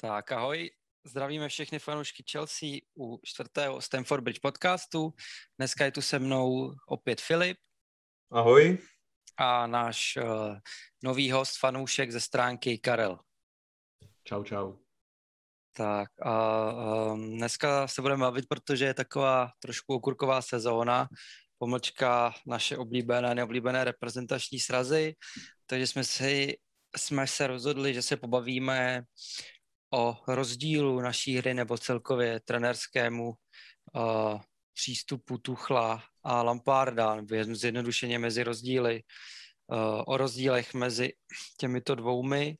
Tak ahoj, zdravíme všechny fanoušky Chelsea u 4. Stamford Bridge podcastu. Dneska je tu se mnou opět Filip. Ahoj. A náš nový host, fanoušek ze stránky Karel. Čau. Tak a dneska se budeme bavit, protože je taková trošku okurková sezóna, pomlčka naše neoblíbené reprezentační srazy, takže jsme se rozhodli, že se pobavíme o rozdílu naší hry nebo celkově trenérskému přístupu Tuchla a Lamparda, nebo zjednodušeně mezi rozdíly, o rozdílech mezi těmito dvoumi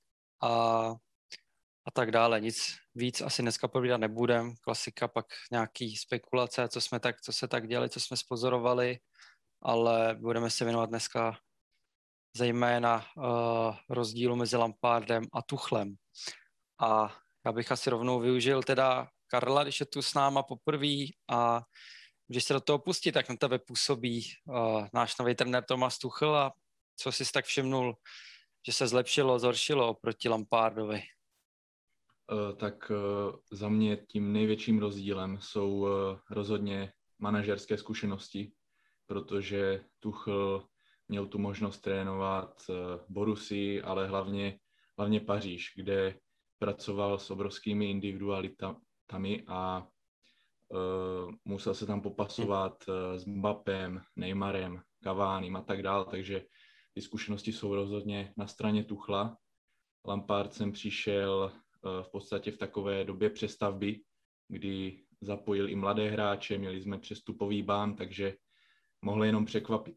a tak dále. Nic víc asi dneska povídat nebudem. Klasika, pak nějaký spekulace, co se tak děli, co jsme spozorovali, ale budeme se věnovat dneska zejména rozdílu mezi Lampardem a Tuchlem. A já bych asi rovnou využil teda Karla, když je tu s náma poprvé a když se do toho pustí, tak na tebe působí náš nový trenér Thomas Tuchel a co jsi tak všimnul, že se zhoršilo oproti Lampardovi? Tak za mě tím největším rozdílem jsou rozhodně manažerské zkušenosti, protože Tuchel měl tu možnost trénovat Borussii, ale hlavně Paříž, kde pracoval s obrovskými individualitami a musel se tam popasovat s Mbappem, Neymarem, Cavánim a tak dále, takže ty zkušenosti jsou rozhodně na straně Tuchla. Lampard sem přišel v podstatě v takové době přestavby, kdy zapojil i mladé hráče, měli jsme přestupový bán, takže mohli jenom překvapit.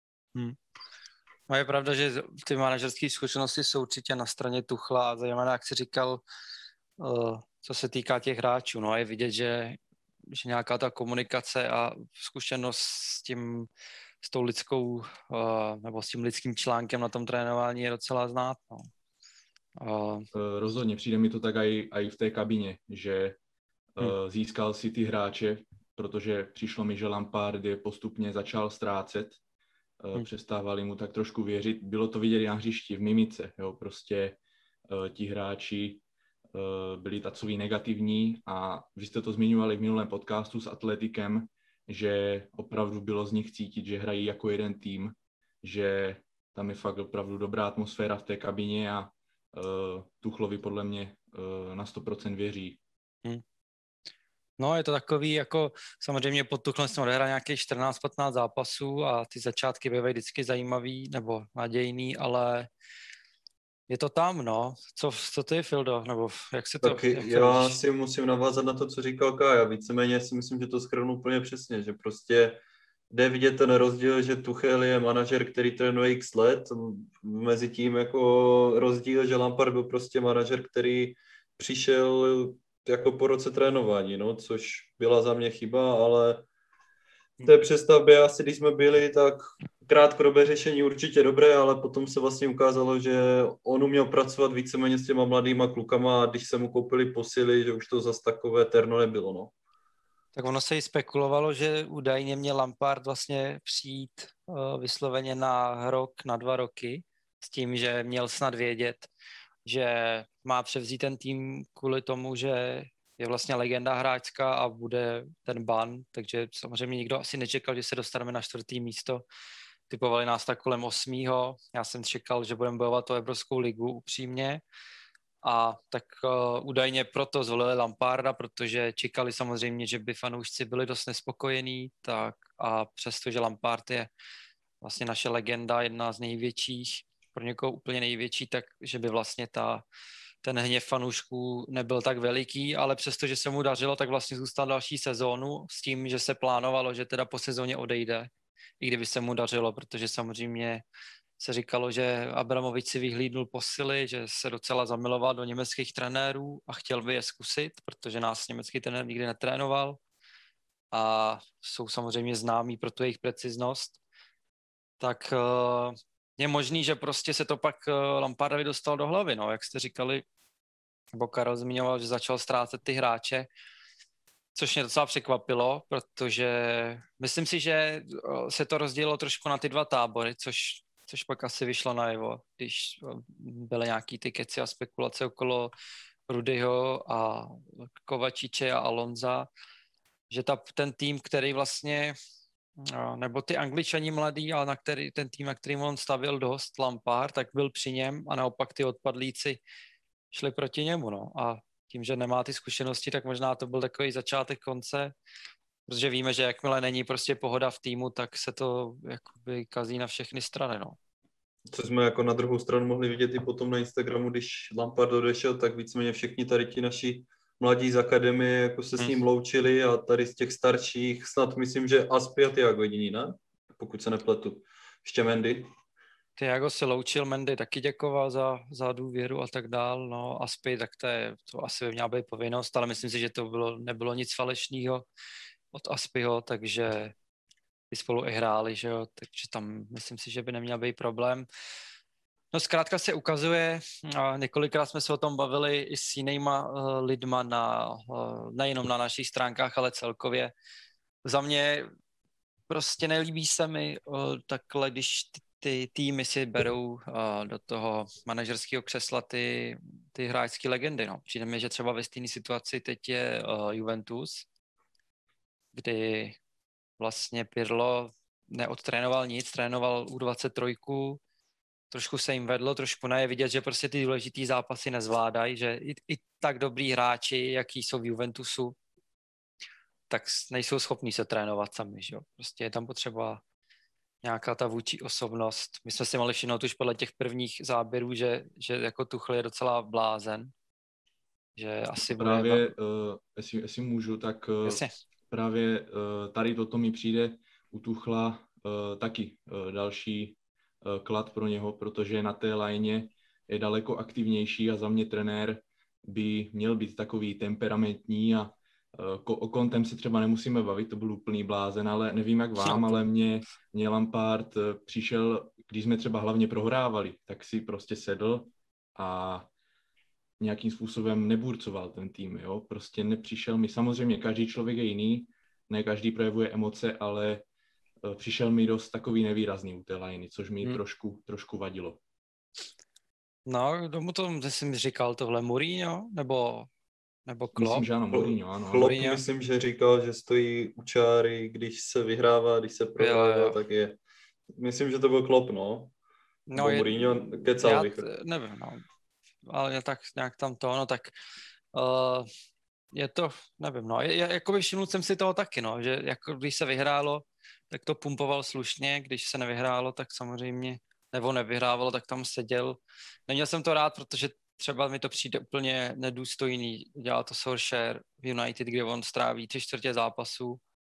No je pravda, že ty manažerské zkušenosti jsou určitě na straně Tuchla a zejména, jak jsi říkal, co se týká těch hráčů. No je vidět, že nějaká ta komunikace a zkušenost s tou lidskou, nebo s tím lidským článkem na tom trénování je docela znát. No. Rozhodně, přijde mi to tak i v té kabině, že získal si ty hráče, protože přišlo mi, že Lampard je postupně začal ztrácet, přestávali mu tak trošku věřit. Bylo to vidět na hřišti, v mimice, jo, prostě ti hráči byli takový negativní a vy jste to zmiňovali v minulém podcastu s Atletikem, že opravdu bylo z nich cítit, že hrají jako jeden tým, že tam je fakt opravdu dobrá atmosféra v té kabině a Tuchlovi podle mě na 100% věří. No je to takový, jako samozřejmě pod Tuchlem jsem odehrál nějakých 14-15 zápasů a ty začátky bývají vždycky zajímavý nebo nadějný, ale je to tam, no. Co ty, Fildo? Nebo jak se to... Tak já si musím navázat na to, co říkal Kája. Víceméně si myslím, že to shrnu úplně přesně, že prostě jde vidět ten rozdíl, že Tuchel je manažer, který trénuje x let, mezi tím jako rozdíl, že Lampard byl prostě manažer, který přišel jako po roce trénování, no, což byla za mě chyba, ale v té přestavbě asi, když jsme byli, tak krátkodobé řešení určitě dobré, ale potom se vlastně ukázalo, že on uměl pracovat víceméně s těma mladýma klukama a když se mu koupili posily, že už to zas takové terno nebylo, no. Tak ono se i spekulovalo, že údajně měl Lampard vlastně přijít vysloveně na rok, na 2 roky, s tím, že měl snad vědět, že má převzít ten tým kvůli tomu, že je vlastně legenda hráčská a bude ten ban, takže samozřejmě nikdo asi nečekal, že se dostaneme na 4. místo. Typovali nás tak kolem 8. Já jsem čekal, že budeme bojovat o Evropskou ligu upřímně. A tak údajně proto zvolili Lamparda, protože čekali samozřejmě, že by fanoušci byli dost nespokojení, tak a přestože Lampard je vlastně naše legenda, jedna z největších, pro někoho úplně největší, tak že by vlastně ten hněv fanoušků nebyl tak veliký, ale přestože se mu dařilo, tak vlastně zůstal další sezónu s tím, že se plánovalo, že teda po sezóně odejde, i kdyby se mu dařilo, protože samozřejmě se říkalo, že Abramovič si vyhlídnul posily, že se docela zamiloval do německých trenérů a chtěl by je zkusit, protože nás německý trenér nikdy netrénoval a jsou samozřejmě známí pro tu jejich preciznost. Tak je možný, že prostě se to pak Lampardovi dostal do hlavy, no, jak jste říkali, nebo Karel zmiňoval, že začal ztrácet ty hráče, což mě docela překvapilo, protože myslím si, že se to rozdělilo trošku na ty 2 tábory, což pak asi vyšlo najevo, když byly nějaký ty keci a spekulace okolo Rudyho a Kovačiče a Alonza, že ten tým, který vlastně, nebo ty Angličani mladí, ale ten tým, na kterým on stavil dost, Lampard, tak byl při něm a naopak ty odpadlíci šli proti němu, no. A tím, že nemá ty zkušenosti, tak možná to byl takový začátek konce, protože víme, že jakmile není prostě pohoda v týmu, tak se to jakoby kazí na všechny strany, no. Co jsme jako na druhou stranu mohli vidět i potom na Instagramu, když Lampard odešel, tak víceméně všichni tady ti naši mladí z akademie jako se s ním loučili a tady z těch starších snad myslím, že Aspi a Thiago jediný, ne? Pokud se nepletu. Ještě Mendy. Thiago se loučil, Mendy taky děkoval za důvěru a tak dál, no Aspi, tak to asi by měla být povinnost, ale myslím si, že to nebylo nic falešného od Aspiho, takže ty spolu i hráli, že jo, takže tam myslím si, že by neměl být problém. No zkrátka se ukazuje, a několikrát jsme se o tom bavili i s jinýma lidma, nejenom na našich stránkách, ale celkově. Za mě prostě nelíbí se mi takhle, když ty týmy si berou do toho manažerského křesla ty hráčské legendy. No. Přijde mi, že třeba ve stejné situaci teď je Juventus, kdy vlastně Pirlo neodtrénoval nic, trénoval U23, trošku se jim vedlo, trošku je vidět, že prostě ty důležitý zápasy nezvládají, že i tak dobrý hráči, jaký jsou v Juventusu, tak nejsou schopní se trénovat sami, že jo. Prostě je tam potřeba nějaká ta vůči osobnost. My jsme si mohli všimnout už podle těch prvních záběrů, že jako Tuchel je docela blázen, že asi právě, jestli můžu, tak právě tady toto mi přijde u Tuchla taky další klad pro něho, protože na té lajně je daleko aktivnější a za mě trenér by měl být takový temperamentní a o Kontem se třeba nemusíme bavit, to byl úplný blázen, ale nevím jak vám, ale mě Lampard přišel, když jsme třeba hlavně prohrávali, tak si prostě sedl a nějakým způsobem neburcoval ten tým, jo, prostě nepřišel mi, samozřejmě každý člověk je jiný, ne každý projevuje emoce, ale přišel mi dost takový nevýrazný u té lajny, což mi trošku vadilo. No, kdo mu to, jsem říkal, tohle Mourinho, nebo Klopp? Myslím, že ano, Mourinho, ano. Klopp myslím, že říkal, že stojí u čáry, když se vyhrává, když se prohrává, tak je. Myslím, že to byl Klopp, no. No, Mourinho kecal bych. Nevím, no. Ale tak nějak tam to, no tak je to, nevím, no. Jakoby všimnul jsem si toho taky, no, že jako když se vyhrálo, tak to pumpoval slušně, když se nevyhrálo, tak samozřejmě, nebo nevyhrávalo, tak tam seděl. Neměl jsem to rád, protože třeba mi to přijde úplně nedůstojný. Dělá to Solskjaer v United, kde on stráví 3/4 zápasu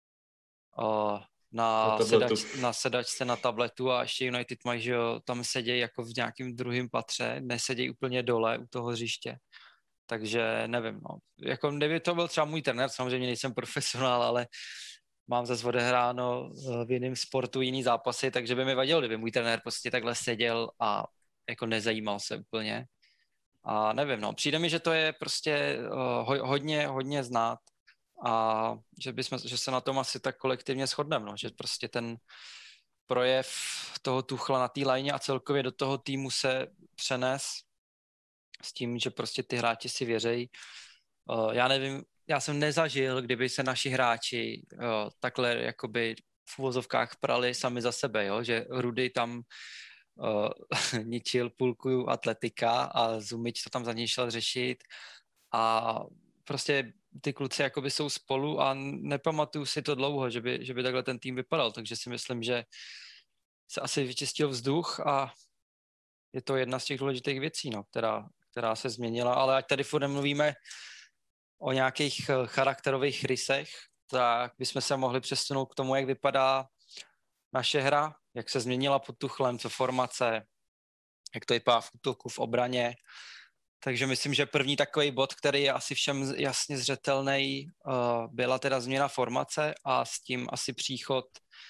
na sedačce na tabletu a ještě United mají, že tam sedějí jako v nějakém druhém patře, nesedějí úplně dole u toho hřiště. Takže nevím, no. Jako nevím, to byl třeba můj trenér, samozřejmě nejsem profesionál, ale mám zase odehráno v jiném sportu jiný zápasy, takže by mi vadilo, kdyby můj trenér prostě takhle seděl a jako nezajímal se úplně. A nevím, no, přijde mi, že to je prostě hodně znát a že se na tom asi tak kolektivně shodneme, no, že prostě ten projev toho Tuchla na té lajně a celkově do toho týmu se přenes s tím, že prostě ty hráči si věřejí. Já nevím, já jsem nezažil, kdyby se naši hráči takhle jakoby v uvozovkách prali sami za sebe, jo? Že Rudy tam ničil půlku atletika a Zumič to tam za něj šel řešit a prostě ty kluci jakoby jsou spolu a nepamatuju si to dlouho, že by takhle ten tým vypadal, takže si myslím, že se asi vyčistil vzduch a je to jedna z těch důležitých věcí, no, která se změnila, ale ať tady furt nemluvíme o nějakých charakterových rysech, tak bychom se mohli přesunout k tomu, jak vypadá naše hra, jak se změnila pod Tuchlem, co formace, jak to vypadá v útoku, v obraně. Takže myslím, že první takový bod, který je asi všem jasně zřetelný, byla teda změna formace a s tím asi příchod,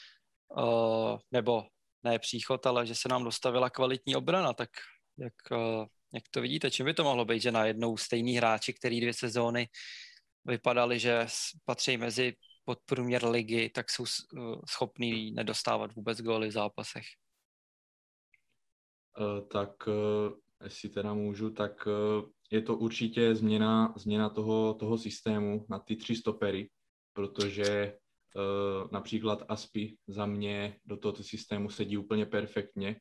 nebo ne příchod, ale že se nám dostavila kvalitní obrana, tak jak to vidíte, čím by to mohlo být, že najednou stejný hráči, který 2 sezóny vypadali, že patří mezi podprůměr ligy, tak jsou schopní nedostávat vůbec góly v zápasech. Tak jestli teda můžu, tak je to určitě změna toho systému na ty 3 stopery, protože například Aspi za mě do tohoto systému sedí úplně perfektně.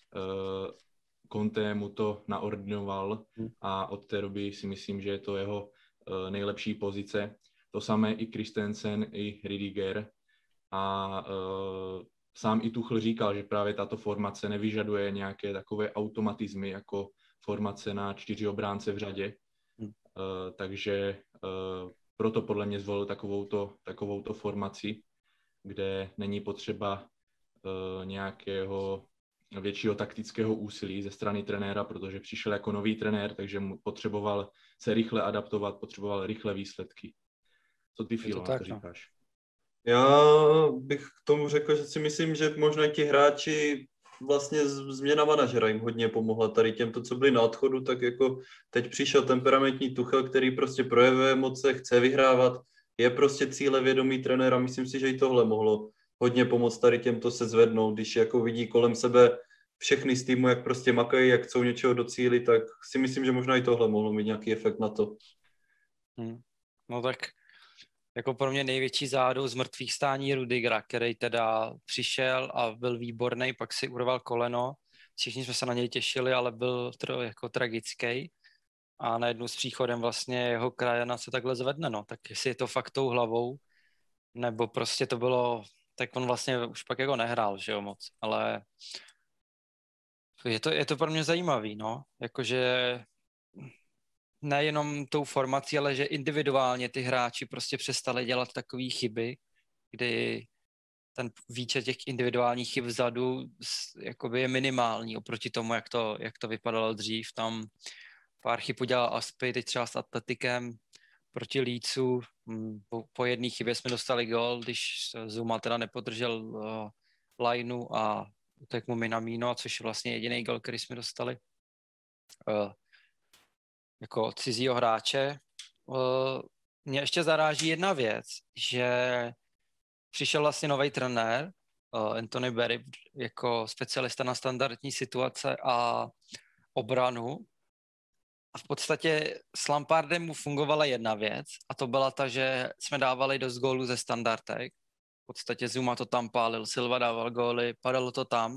Conte mu to naordinoval a od té doby si myslím, že je to jeho nejlepší pozice. To samé i Christensen, i Rüdiger. A sám i Tuchel říkal, že právě tato formace nevyžaduje nějaké takové automatizmy jako formace na 4 obránce v řadě. Takže proto podle mě zvolil takovouto formaci, kde není potřeba nějakého většího taktického úsilí ze strany trenéra, protože přišel jako nový trenér, takže mu potřeboval se rychle adaptovat, potřeboval rychle výsledky. Co ty, Filo, na to říkáš? Já bych k tomu řekl, že si myslím, že možná ti hráči vlastně změna manažera jim hodně pomohla tady těmto, co byli na odchodu, tak jako teď přišel temperamentní Tuchel, který prostě projevuje emoce, chce vyhrávat, je prostě cílevědomý trenér a myslím si, že i tohle mohlo hodně pomoct tady těmto se zvednout, když jako vidí kolem sebe všechny z týmu, jak prostě makají, jak chcou něčeho docílit, tak si myslím, že možná i tohle mohlo mít nějaký efekt na to. No tak jako pro mě největší zádou z mrtvých stání Rüdigera, který teda přišel a byl výborný, pak si urval koleno. Všichni jsme se na něj těšili, ale byl jako tragický. A najednou s příchodem vlastně jeho krajana se takhle zvedne, no. Tak jestli je to fakt tou hlavou, nebo prostě to bylo, tak on vlastně už pak jako nehrál, že jo, moc. Ale je to pro mě zajímavý, no. Jakože nejenom tou formací, ale že individuálně ty hráči prostě přestali dělat takové chyby, kdy ten výčet těch individuálních chyb vzadu jakoby je minimální oproti tomu, jak to vypadalo dřív. Tam pár chyb udělal Aspi, teď třeba s Atletikem proti Leedsu. Po jedné chybě jsme dostali gól, když Zuma teda nepodržel lineu a utek mu Minamino, což je vlastně jediný gól, který jsme dostali jako od cizího hráče. Mě ještě zaráží jedna věc, že přišel vlastně nový trenér, Anthony Berry, jako specialista na standardní situace a obranu. A v podstatě s Lampardem mu fungovala jedna věc a to byla ta, že jsme dávali dost gólů ze standardek. V podstatě Zuma to tam pálil, Silva dával góly, padalo to tam.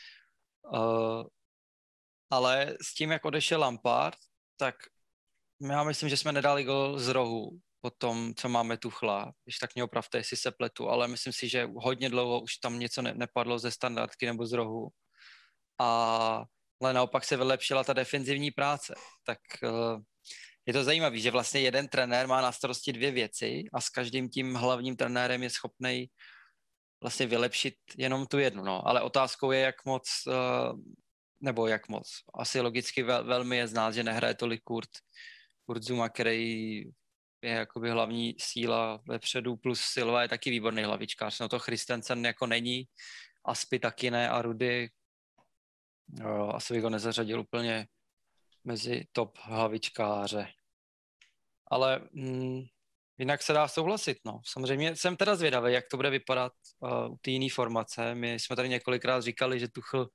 Ale s tím, jak odešel Lampard, tak já myslím, že jsme nedali gól z rohu po tom, co máme Tuchla, když tak mě opravte, jestli se pletu, ale myslím si, že hodně dlouho už tam něco nepadlo ze standardky nebo z rohu. Ale naopak se vylepšila ta defenzivní práce. Tak je to zajímavé, že vlastně jeden trenér má na starosti 2 věci a s každým tím hlavním trenérem je schopnej vlastně vylepšit jenom tu jednu. No. Ale otázkou je, jak moc, asi logicky velmi je znát, že nehraje tolik Kurt Zuma, který je jakoby hlavní síla vepředu, plus Silva je taky výborný hlavičkář. No to Christensen jako není, Aspi taky ne a Rudy asi bych ho nezařadil úplně mezi top hlavičkáře. Ale jinak se dá souhlasit, no. Samozřejmě jsem teda zvědavý, jak to bude vypadat u té jiné formace. My jsme tady několikrát říkali, že Tuchel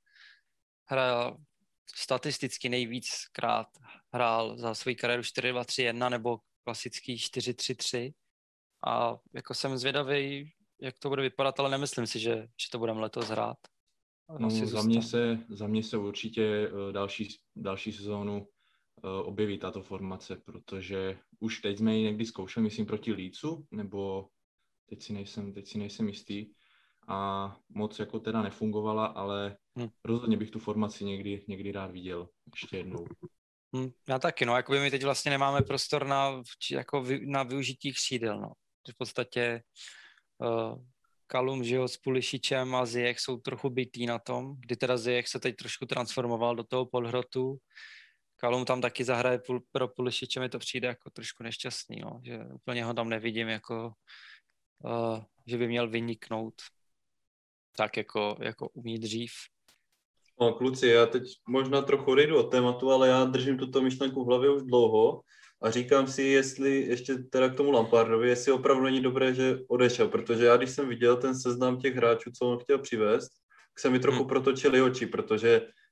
statisticky nejvíckrát hrál za svou kariéru 4-2-3-1 nebo klasický 4-3-3 a jako jsem zvědavý, jak to bude vypadat, ale nemyslím si, že to budeme letos hrát. No, za mě se určitě další sezónu objeví tato formace, protože už teď jsme ji někdy zkoušeli, myslím, proti Leedsu, nebo teď si nejsem jistý a moc jako teda nefungovala, ale rozhodně bych tu formaci někdy rád viděl ještě jednou. Já taky, no, jakoby my teď vlastně nemáme prostor na využití křídel, no. V podstatě Kalum, že jo, s Pulišičem a Ziyech jsou trochu bitý na tom, kdy teda Ziyech se teď trošku transformoval do toho podhrotu. Kalum tam taky zahraje pro Pulišiče, mi to přijde jako trošku nešťastný, no, že úplně ho tam nevidím jako, že by měl vyniknout tak jako umí dřív. No kluci, já teď možná trochu odejdu od tématu, ale já držím tuto myšlenku v hlavě už dlouho a říkám si, jestli ještě teda k tomu Lampardovi, jestli opravdu není dobré, že odešel, protože já když jsem viděl ten seznam těch hráčů, co on chtěl přivést, tak se mi trochu protočily oči, protože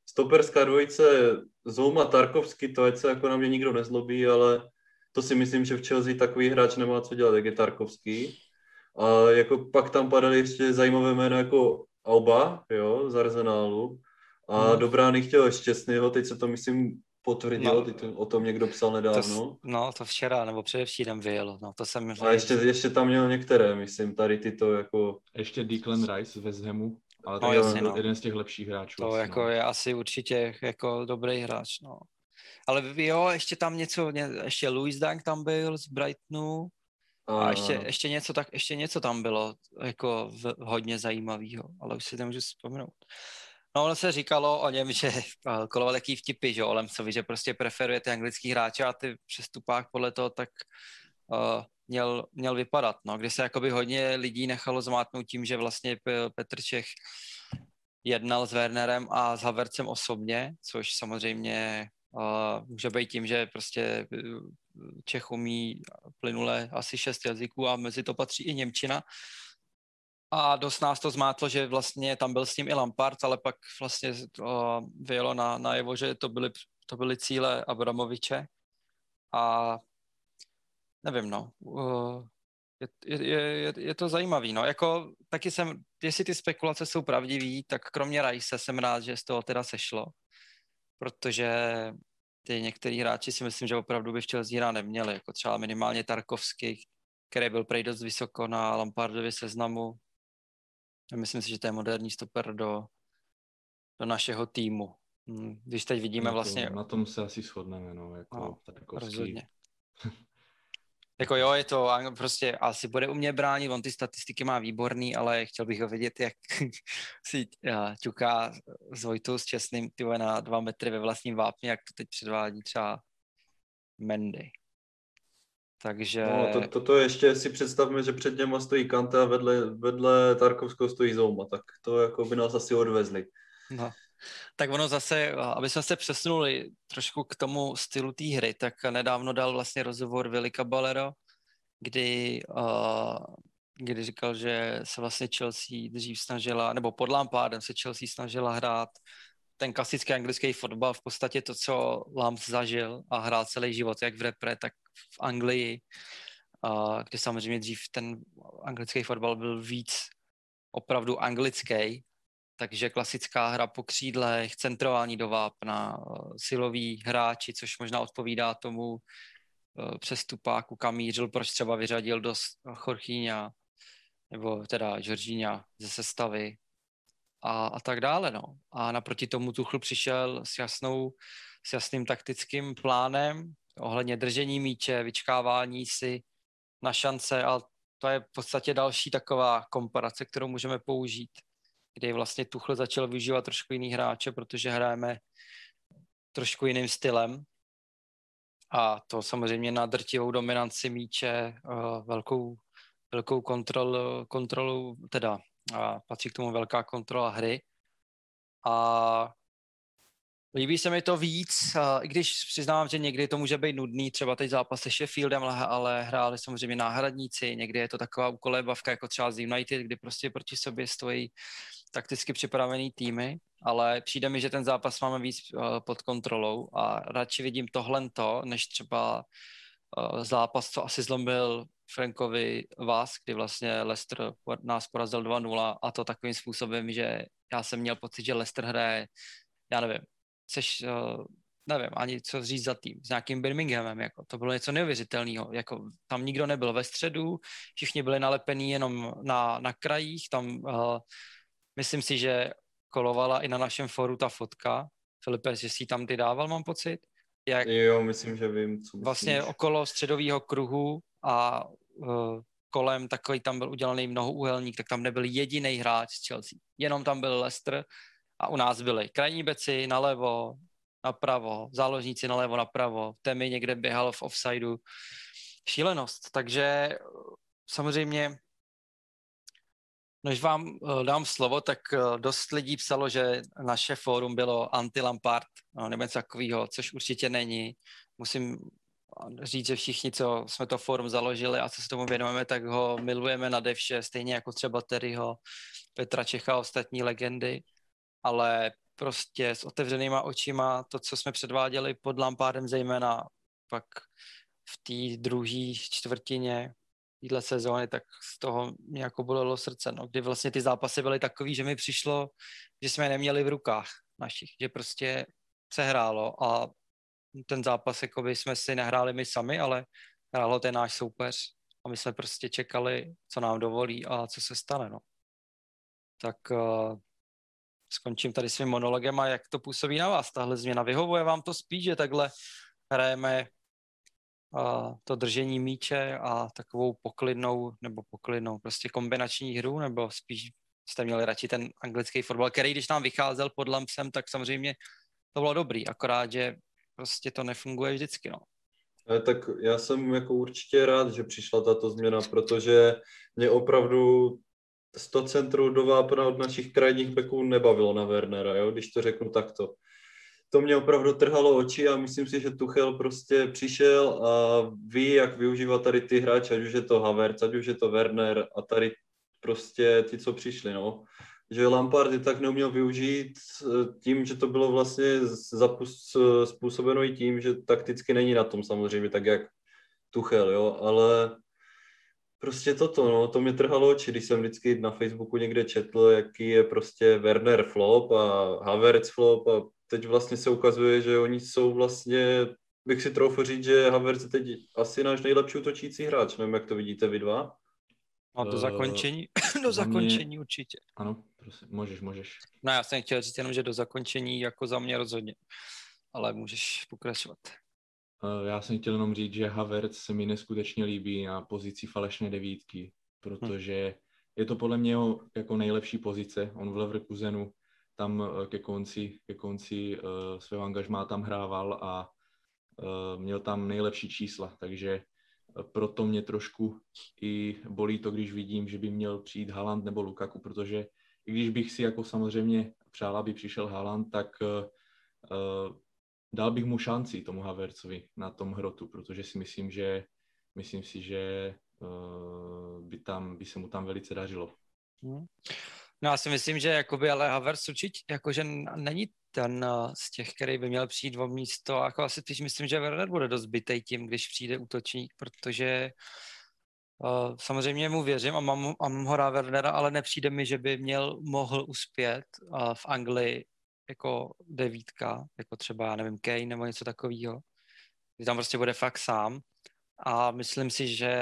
stoperská dvojice Zouma Tarkovský, to ať se jako na mě nikdo nezlobí, ale to si myslím, že v Chelsea takový hráč nemá co dělat, jak je Tarkovský. A jako pak tam padaly ještě zajímavé jméno jako Auba, jo, z Arsenálu. A do brány chtěl Šťastnýho, teď se to myslím potvrdilo, teď o tom někdo psal nedávno. To včera, nebo předevčírem vyjelo, no to jsem... A ještě tam měl některé, myslím, tady tyto jako... Ještě Declan Rice z West Hamu, ale to jasně, je jeden z těch lepších hráčů. To asi, jako je asi určitě jako dobrý hráč, no. Ale jo, ještě tam ještě Louis Dunk tam byl z Brightonu a ještě něco tam bylo jako hodně zajímavého, ale už si nemůžu vzpomenout. No, ono se říkalo o něm, že koloval taký vtipy, že o Lemcovi, že prostě preferuje ty anglický hráče a ty přestupák podle toho tak měl vypadat, no, kdy se jakoby hodně lidí nechalo zmátnout tím, že vlastně Petr Čech jednal s Wernerem a s Havertzem osobně, což samozřejmě může být tím, že prostě Čech umí plynule asi 6 jazyků a mezi to patří i němčina. A dost nás to zmátlo, že vlastně tam byl s ním i Lampard, ale pak vlastně vyjelo najevo, že to byly cíle Abramoviče. A nevím, no. Je to zajímavý, no. Jako taky jestli ty spekulace jsou pravdivý, tak kromě Rice jsem rád, že z toho teda sešlo. Protože ty některý hráči si myslím, že opravdu by v Chelsea hrát neměli, jako třeba minimálně Tarkovský, který byl prej dost vysoko na Lampardově seznamu. Myslím si, že to je moderní stoper do našeho týmu. Když teď vidíme vlastně... Na tom se asi shodneme, no, jako Tarkovský. Rozhodně. Jako jo, je to prostě, asi bude umět bránit, on ty statistiky má výborný, ale chtěl bych ho vidět, jak si ťuká s Vojtou s Čestným na 2 metry ve vlastním vápně, jak to teď předvádí třeba Mendy. Takže... No, to ještě si představme, že před něma stojí Kante a vedle Tarkovského stojí Zouma, tak to jako by nás asi odvezli. No. Tak ono zase, aby jsme se přesunuli trošku k tomu stylu té hry, tak nedávno dal vlastně rozhovor Willy Caballero, kdy říkal, že se vlastně Chelsea dřív snažila, nebo pod Lampardem se Chelsea snažila hrát ten klasický anglický fotbal, v podstatě to, co Lamp zažil a hrál celý život, jak v repre, tak v Anglii, kde samozřejmě dřív ten anglický fotbal byl víc opravdu anglický, takže klasická hra po křídlech, centrování do vápna, siloví hráči, což možná odpovídá tomu přestupáku, kam mířil, proč třeba vyřadil dost Jorginha, nebo teda Jorginha ze sestavy a tak dále, no. A naproti tomu Tuchel přišel s jasným taktickým plánem ohledně držení míče, vyčkávání si na šance, ale to je v podstatě další taková komparace, kterou můžeme použít, kdy vlastně Tuchel začal využívat trošku jiný hráče, protože hrajeme trošku jiným stylem. A to samozřejmě na drtivou dominanci míče, velkou kontrolu, teda patří k tomu velká kontrola hry. A líbí se mi to víc, i když přiznávám, že někdy to může být nudný, třeba teď zápas se Sheffieldem, ale hráli samozřejmě náhradníci, někdy je to taková ukolébavka, jako třeba z United, kdy prostě proti sobě stojí takticky připravený týmy, ale přijde mi, že ten zápas máme víc pod kontrolou a radši vidím tohleto, než třeba zápas, co asi zlomil Frankovi Vás, kdy vlastně Leicester nás porazil 2-0 a to takovým způsobem, že já jsem měl pocit, že Leicester hraje, já nevím, nevím ani co říct za tým, s nějakým Birminghamem, jako to bylo něco neuvěřitelného, jako tam nikdo nebyl ve středu, všichni byli nalepení jenom na krajích, tam myslím si, že kolovala i na našem foru ta fotka, Filipe, že si tam ty dával, mám pocit. Jak jo, myslím, že vím, co myslíš. Vlastně okolo středového kruhu a kolem takový tam byl udělaný mnohoúhelník, tak tam nebyl jediný hráč z Chelsea. Jenom tam byl Leicester a u nás byli krajní beci nalevo, napravo, záložníci nalevo, napravo, Temi někde běhal v offsideu. Šílenost. Takže samozřejmě, než vám dám slovo, tak dost lidí psalo, že naše fórum bylo anti-Lampard, nebo něco takového, což určitě není. Musím říct, že všichni, co jsme to fórum založili a co se tomu věnujeme, tak ho milujeme nadevše, stejně jako třeba Terryho, Petra Čecha a ostatní legendy, ale prostě s otevřenýma očima to, co jsme předváděli pod Lampardem, zejména pak v té druhé čtvrtině téhle sezóny, tak z toho mě jako bolelo srdce, no, kdy vlastně ty zápasy byly takový, že mi přišlo, že jsme je neměli v rukách našich, že prostě se hrálo a ten zápas jakoby jsme si nehráli my sami, ale hrálo ten náš soupeř a my jsme prostě čekali, co nám dovolí a co se stane, no. Tak skončím tady svým monologem a jak to působí na vás, tahle změna. Vyhovuje vám to spíš, že takhle hrajeme to držení míče a takovou poklidnou, prostě kombinační hru, nebo spíš jste měli radši ten anglický fotbal, který když nám vycházel pod Lampsem, tak samozřejmě to bylo dobrý, akorát, že prostě to nefunguje vždycky, no. Tak já jsem jako určitě rád, že přišla tato změna, protože mě opravdu 100 centrů do vápna od našich krajních beků nebavilo na Wernera, jo, když to řeknu takto. To mě opravdu trhalo oči a myslím si, že Tuchel prostě přišel a ví, jak využívat tady ty hráče, ať už je to Havertz, ať už je to Werner a tady prostě ti, co přišli, no. Že Lampard je tak neuměl využít tím, že to bylo vlastně způsobeno i tím, že takticky není na tom samozřejmě tak, jak Tuchel, jo, ale prostě toto, no, to mě trhalo oči, když jsem vždycky na Facebooku někde četl, jaký je prostě Werner flop a Havertz flop a teď vlastně se ukazuje, že oni jsou vlastně, bych si troufl říct, že Havertz je teď asi náš nejlepší útočící hráč, nevím, jak to vidíte vy dva. A do zakončení, do zakončení určitě. Ano, prosím, můžeš. No já jsem chtěl říct jenom, že do zakončení jako za mě rozhodně, ale můžeš pokračovat. Já jsem chtěl jenom říct, že Havertz se mi neskutečně líbí na pozici falešné devítky, protože je to podle mě jako nejlepší pozice. On v Leverkusenu tam ke konci svého angažmá tam hrával a měl tam nejlepší čísla, takže proto mě trošku i bolí to, když vidím, že by měl přijít Haaland nebo Lukaku, protože i když bych si jako samozřejmě přál, aby přišel Haaland, tak dal bych mu šanci tomu Havertzovi na tom hrotu, protože si myslím si, že by se mu tam velice dařilo. No já si myslím, že jakoby, ale Havertz určitě, jakože není ten z těch, který by měl přijít o místo, jako asi spíš myslím, že Werner bude dost bitej tím, když přijde útočník, protože samozřejmě mu věřím a mám ho rád Wernera, ale nepřijde mi, že by mohl uspět v Anglii jako devítka, jako třeba, já nevím, Kane nebo něco takového, kdy tam prostě bude fakt sám a myslím si, že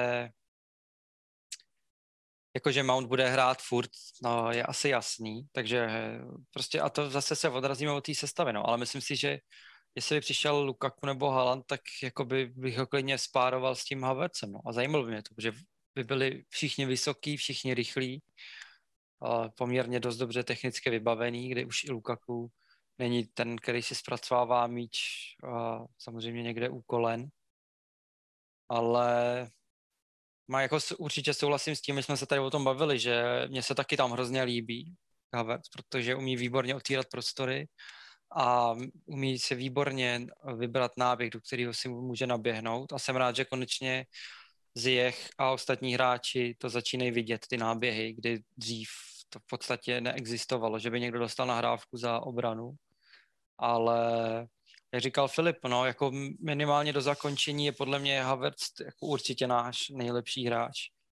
jakože Mount bude hrát furt, no, je asi jasný, takže prostě a to zase se odrazíme od té sestavy, no, ale myslím si, že jestli by přišel Lukaku nebo Haaland, tak jakoby bych ho klidně spároval s tím Havertzem, no, a zajímalo by mě to, protože by byli všichni vysoký, všichni rychlí, poměrně dost dobře technicky vybavený, kdy už i Lukaku není ten, který si zpracovává míč samozřejmě někde u kolen, ale jako určitě souhlasím s tím, my jsme se tady o tom bavili, že mně se taky tam hrozně líbí Havertz, protože umí výborně otvírat prostory a umí si výborně vybrat náběh, do kterého si může naběhnout a jsem rád, že konečně Ziyech a ostatní hráči to začínají vidět, ty náběhy, kdy dřív to v podstatě neexistovalo, že by někdo dostal nahrávku za obranu, ale jak říkal Filip, no, jako minimálně do zakončení je podle mě Havertz jako určitě náš nejlepší hráč.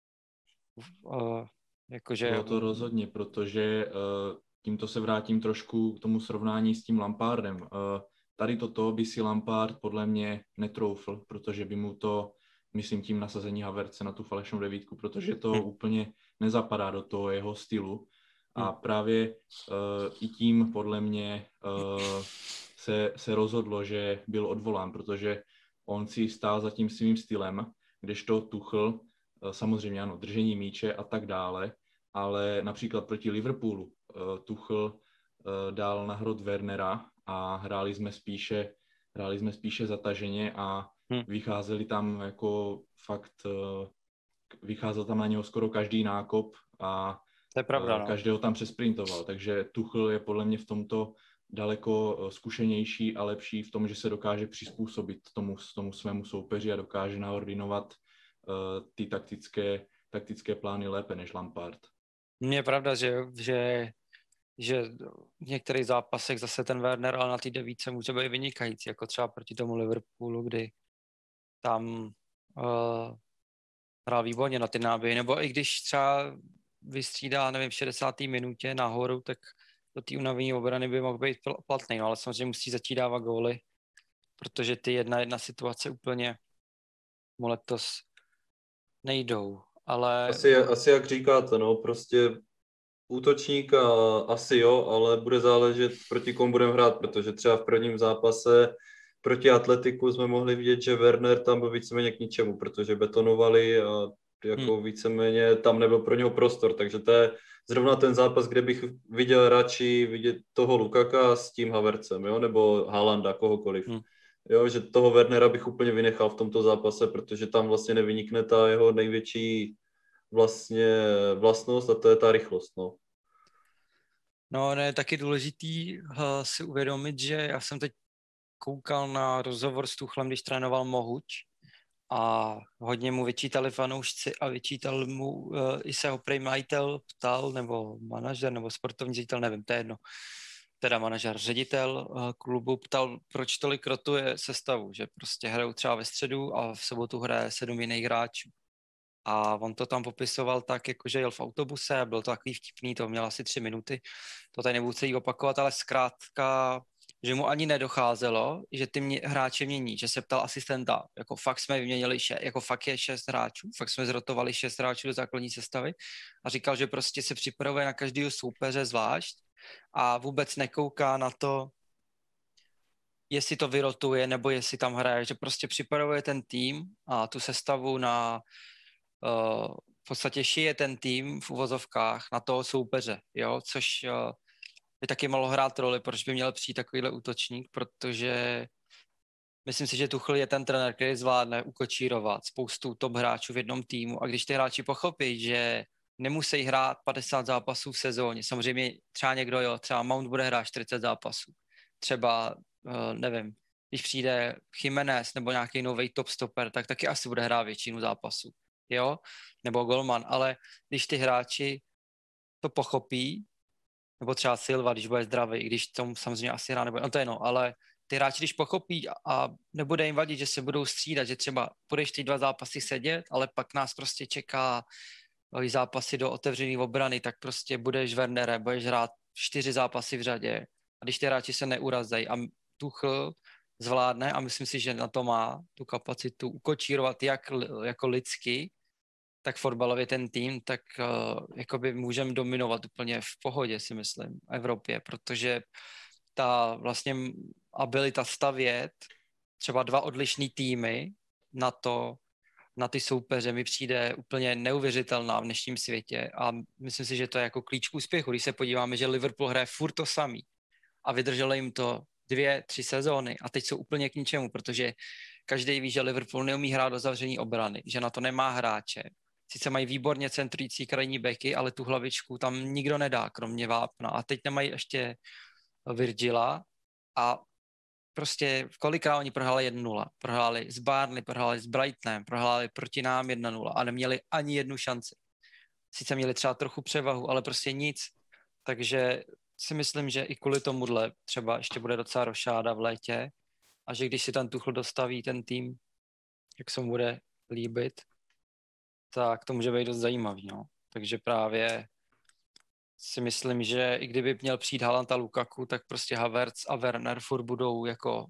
Jakože... Bylo to rozhodně, protože tímto se vrátím trošku k tomu srovnání s tím Lampardem. Tady toto by si Lampard podle mě netroufl, protože by mu to, myslím tím nasazení Havertze na tu falešnou devítku, protože to úplně nezapadá do toho jeho stylu. A právě i tím podle mě se rozhodlo, že byl odvolán, protože on si stál za tím svým stylem, kdežto Tuchel, samozřejmě ano, držení míče a tak dále, ale například proti Liverpoolu Tuchel dal na hrot Wernera a hráli jsme spíše zataženě a vycházeli tam jako fakt, vycházel tam na něho skoro každý nákop a to je pravda, no. Každého tam přesprintoval, takže Tuchel je podle mě v tomto daleko zkušenější a lepší v tom, že se dokáže přizpůsobit tomu svému soupeři a dokáže naordinovat ty taktické plány lépe než Lampard. Mně je pravda, že že v některých zápasech zase ten Werner, ale na té devíce může být vynikající, jako třeba proti tomu Liverpoolu, kdy tam hrál výborně na ty náběhy, nebo i když třeba vystřídá, nevím, v 60. minutě nahoru, tak do té unavení obrany by mohl být platný, no ale samozřejmě musí začít dávat góly, protože ty 1-1 situace úplně mu letos nejdou, ale... Asi jak říkáte, no, prostě útočník asi jo, ale bude záležet, proti komu budeme hrát, protože třeba v prvním zápase proti Atletiku jsme mohli vidět, že Werner tam byl víceméně k ničemu, protože betonovali a jako víceméně tam nebyl pro něho prostor, takže to je zrovna ten zápas, kde bych viděl radši vidět toho Lukaka s tím Havertzem, jo, nebo Haalanda, kohokoliv. Jo, že toho Wernera bych úplně vynechal v tomto zápase, protože tam vlastně nevynikne ta jeho největší vlastně vlastnost a to je ta rychlost, no. No, je taky důležitý si uvědomit, že já jsem teď koukal na rozhovor s Tuchlem, když trénoval Mohuč a hodně mu vyčítali fanoušci a vyčítal mu i se ho prej majitel ptal, nebo manažer, nebo sportovní ředitel, nevím, to je jedno, teda manažer, ředitel klubu ptal, proč tolik rotuje sestavu, že prostě hrajou třeba ve středu a v sobotu hraje 7 jiných hráčů. A on to tam popisoval tak, jakože jel v autobuse a byl to takový vtipný, to měl asi 3 minuty, to tady nebudu celý opakovat, ale zkrátka, že mu ani nedocházelo, že ty hráče mění, že se ptal asistenta, jako fakt jsme vyměnili, jako fakt je 6 hráčů, fakt jsme zrotovali 6 hráčů do základní sestavy a říkal, že prostě se připravuje na každého soupeře zvlášť a vůbec nekouká na to, jestli to vyrotuje nebo jestli tam hraje, že prostě připravuje ten tým a tu sestavu na v podstatě šije ten tým v uvozovkách na toho soupeře, jo, což by taky mohlo hrát roli, proč by měl přijít takovýhle útočník, protože myslím si, že Tuchl je ten trenér, který zvládne ukočírovat spoustu top hráčů v jednom týmu a když ty hráči pochopí, že nemusí hrát 50 zápasů v sezóně, samozřejmě třeba někdo, jo, třeba Mount bude hrát 40 zápasů, třeba, nevím, když přijde Jiménez nebo nějaký nový top stopper, tak taky asi bude hrát většinu zápasů, jo, nebo golman, ale když ty hráči to pochopí, nebo třeba Silva, když bude zdravý, i když tomu samozřejmě asi hrát nebude, no to je no, ale ty hráči, když pochopí a nebude jim vadit, že se budou střídat, že třeba budeš ty 2 zápasy sedět, ale pak nás prostě čeká zápasy do otevřené obrany, tak prostě budeš Wernere, budeš hrát 4 zápasy v řadě a když ty hráči se neurazí a Tuchl zvládne a myslím si, že na to má tu kapacitu ukočírovat jak jako lidsky, tak fotbalově ten tým, tak jakoby můžeme dominovat úplně v pohodě, si myslím, v Evropě, protože ta vlastně abilita stavět třeba 2 odlišný týmy na ty soupeře mi přijde úplně neuvěřitelná v dnešním světě a myslím si, že to je jako klíč k úspěchu, když se podíváme, že Liverpool hraje furt to samý a vydrželo jim to 2-3 sezóny a teď jsou úplně k ničemu, protože každý ví, že Liverpool neumí hrát do zavřený obrany, že na to nemá hráče. Sice mají výborně centrující krajní beky, ale tu hlavičku tam nikdo nedá, kromě Vápna. A teď nemají ještě Virgila a prostě kolikrát oni prohráli 1-0. Prohráli s Barnley, prohráli s Brightonem, prohráli proti nám 1-0 a neměli ani jednu šanci. Sice měli třeba trochu převahu, ale prostě nic. Takže si myslím, že i kvůli tomuhle třeba ještě bude docela rošáda v létě a že když si ten Tuchl dostaví ten tým, jak se mu bude líbit, tak to může být dost zajímavý, no. Takže právě si myslím, že i kdyby měl přijít Haaland a Lukaku, tak prostě Havertz a Werner furt budou jako,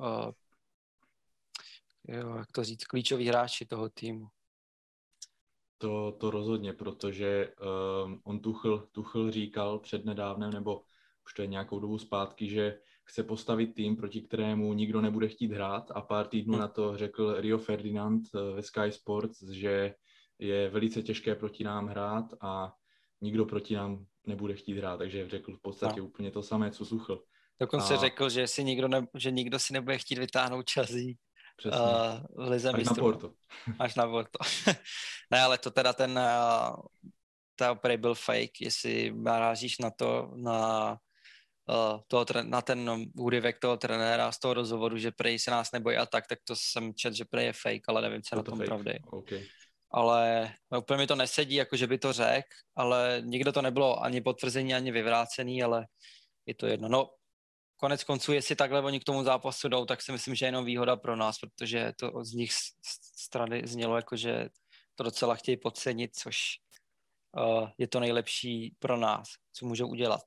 jak to říct, klíčoví hráči toho týmu. To rozhodně, protože on Tuchl říkal přednedávnem, nebo už to je nějakou dobu zpátky, že chce postavit tým, proti kterému nikdo nebude chtít hrát a pár týdnů na to řekl Rio Ferdinand ve Sky Sports, že je velice těžké proti nám hrát a nikdo proti nám nebude chtít hrát, takže řekl v podstatě úplně to samé, co Tuchl. Dokonce řekl, že nikdo si nebude chtít vytáhnout Chelsea v lize mistrů. Až na Porto. Ne, ale to teda to opravdu byl fake, jestli narážíš na to, na ten úryvek toho trenéra z toho rozhovoru, že prej se nás nebojí a tak to jsem četl, že prej je fake, ale nevím, co na tom pravdy. Okay. ale úplně mi to nesedí, jako že by to řekl, ale nikdo to nebylo ani potvrzení, ani vyvrácený, ale je to jedno. No, konec konců, jestli takhle oni k tomu zápasu jdou, tak si myslím, že je jenom výhoda pro nás, protože to z nich strany znělo jako, že to docela chtějí podcenit, což je to nejlepší pro nás, co můžou udělat.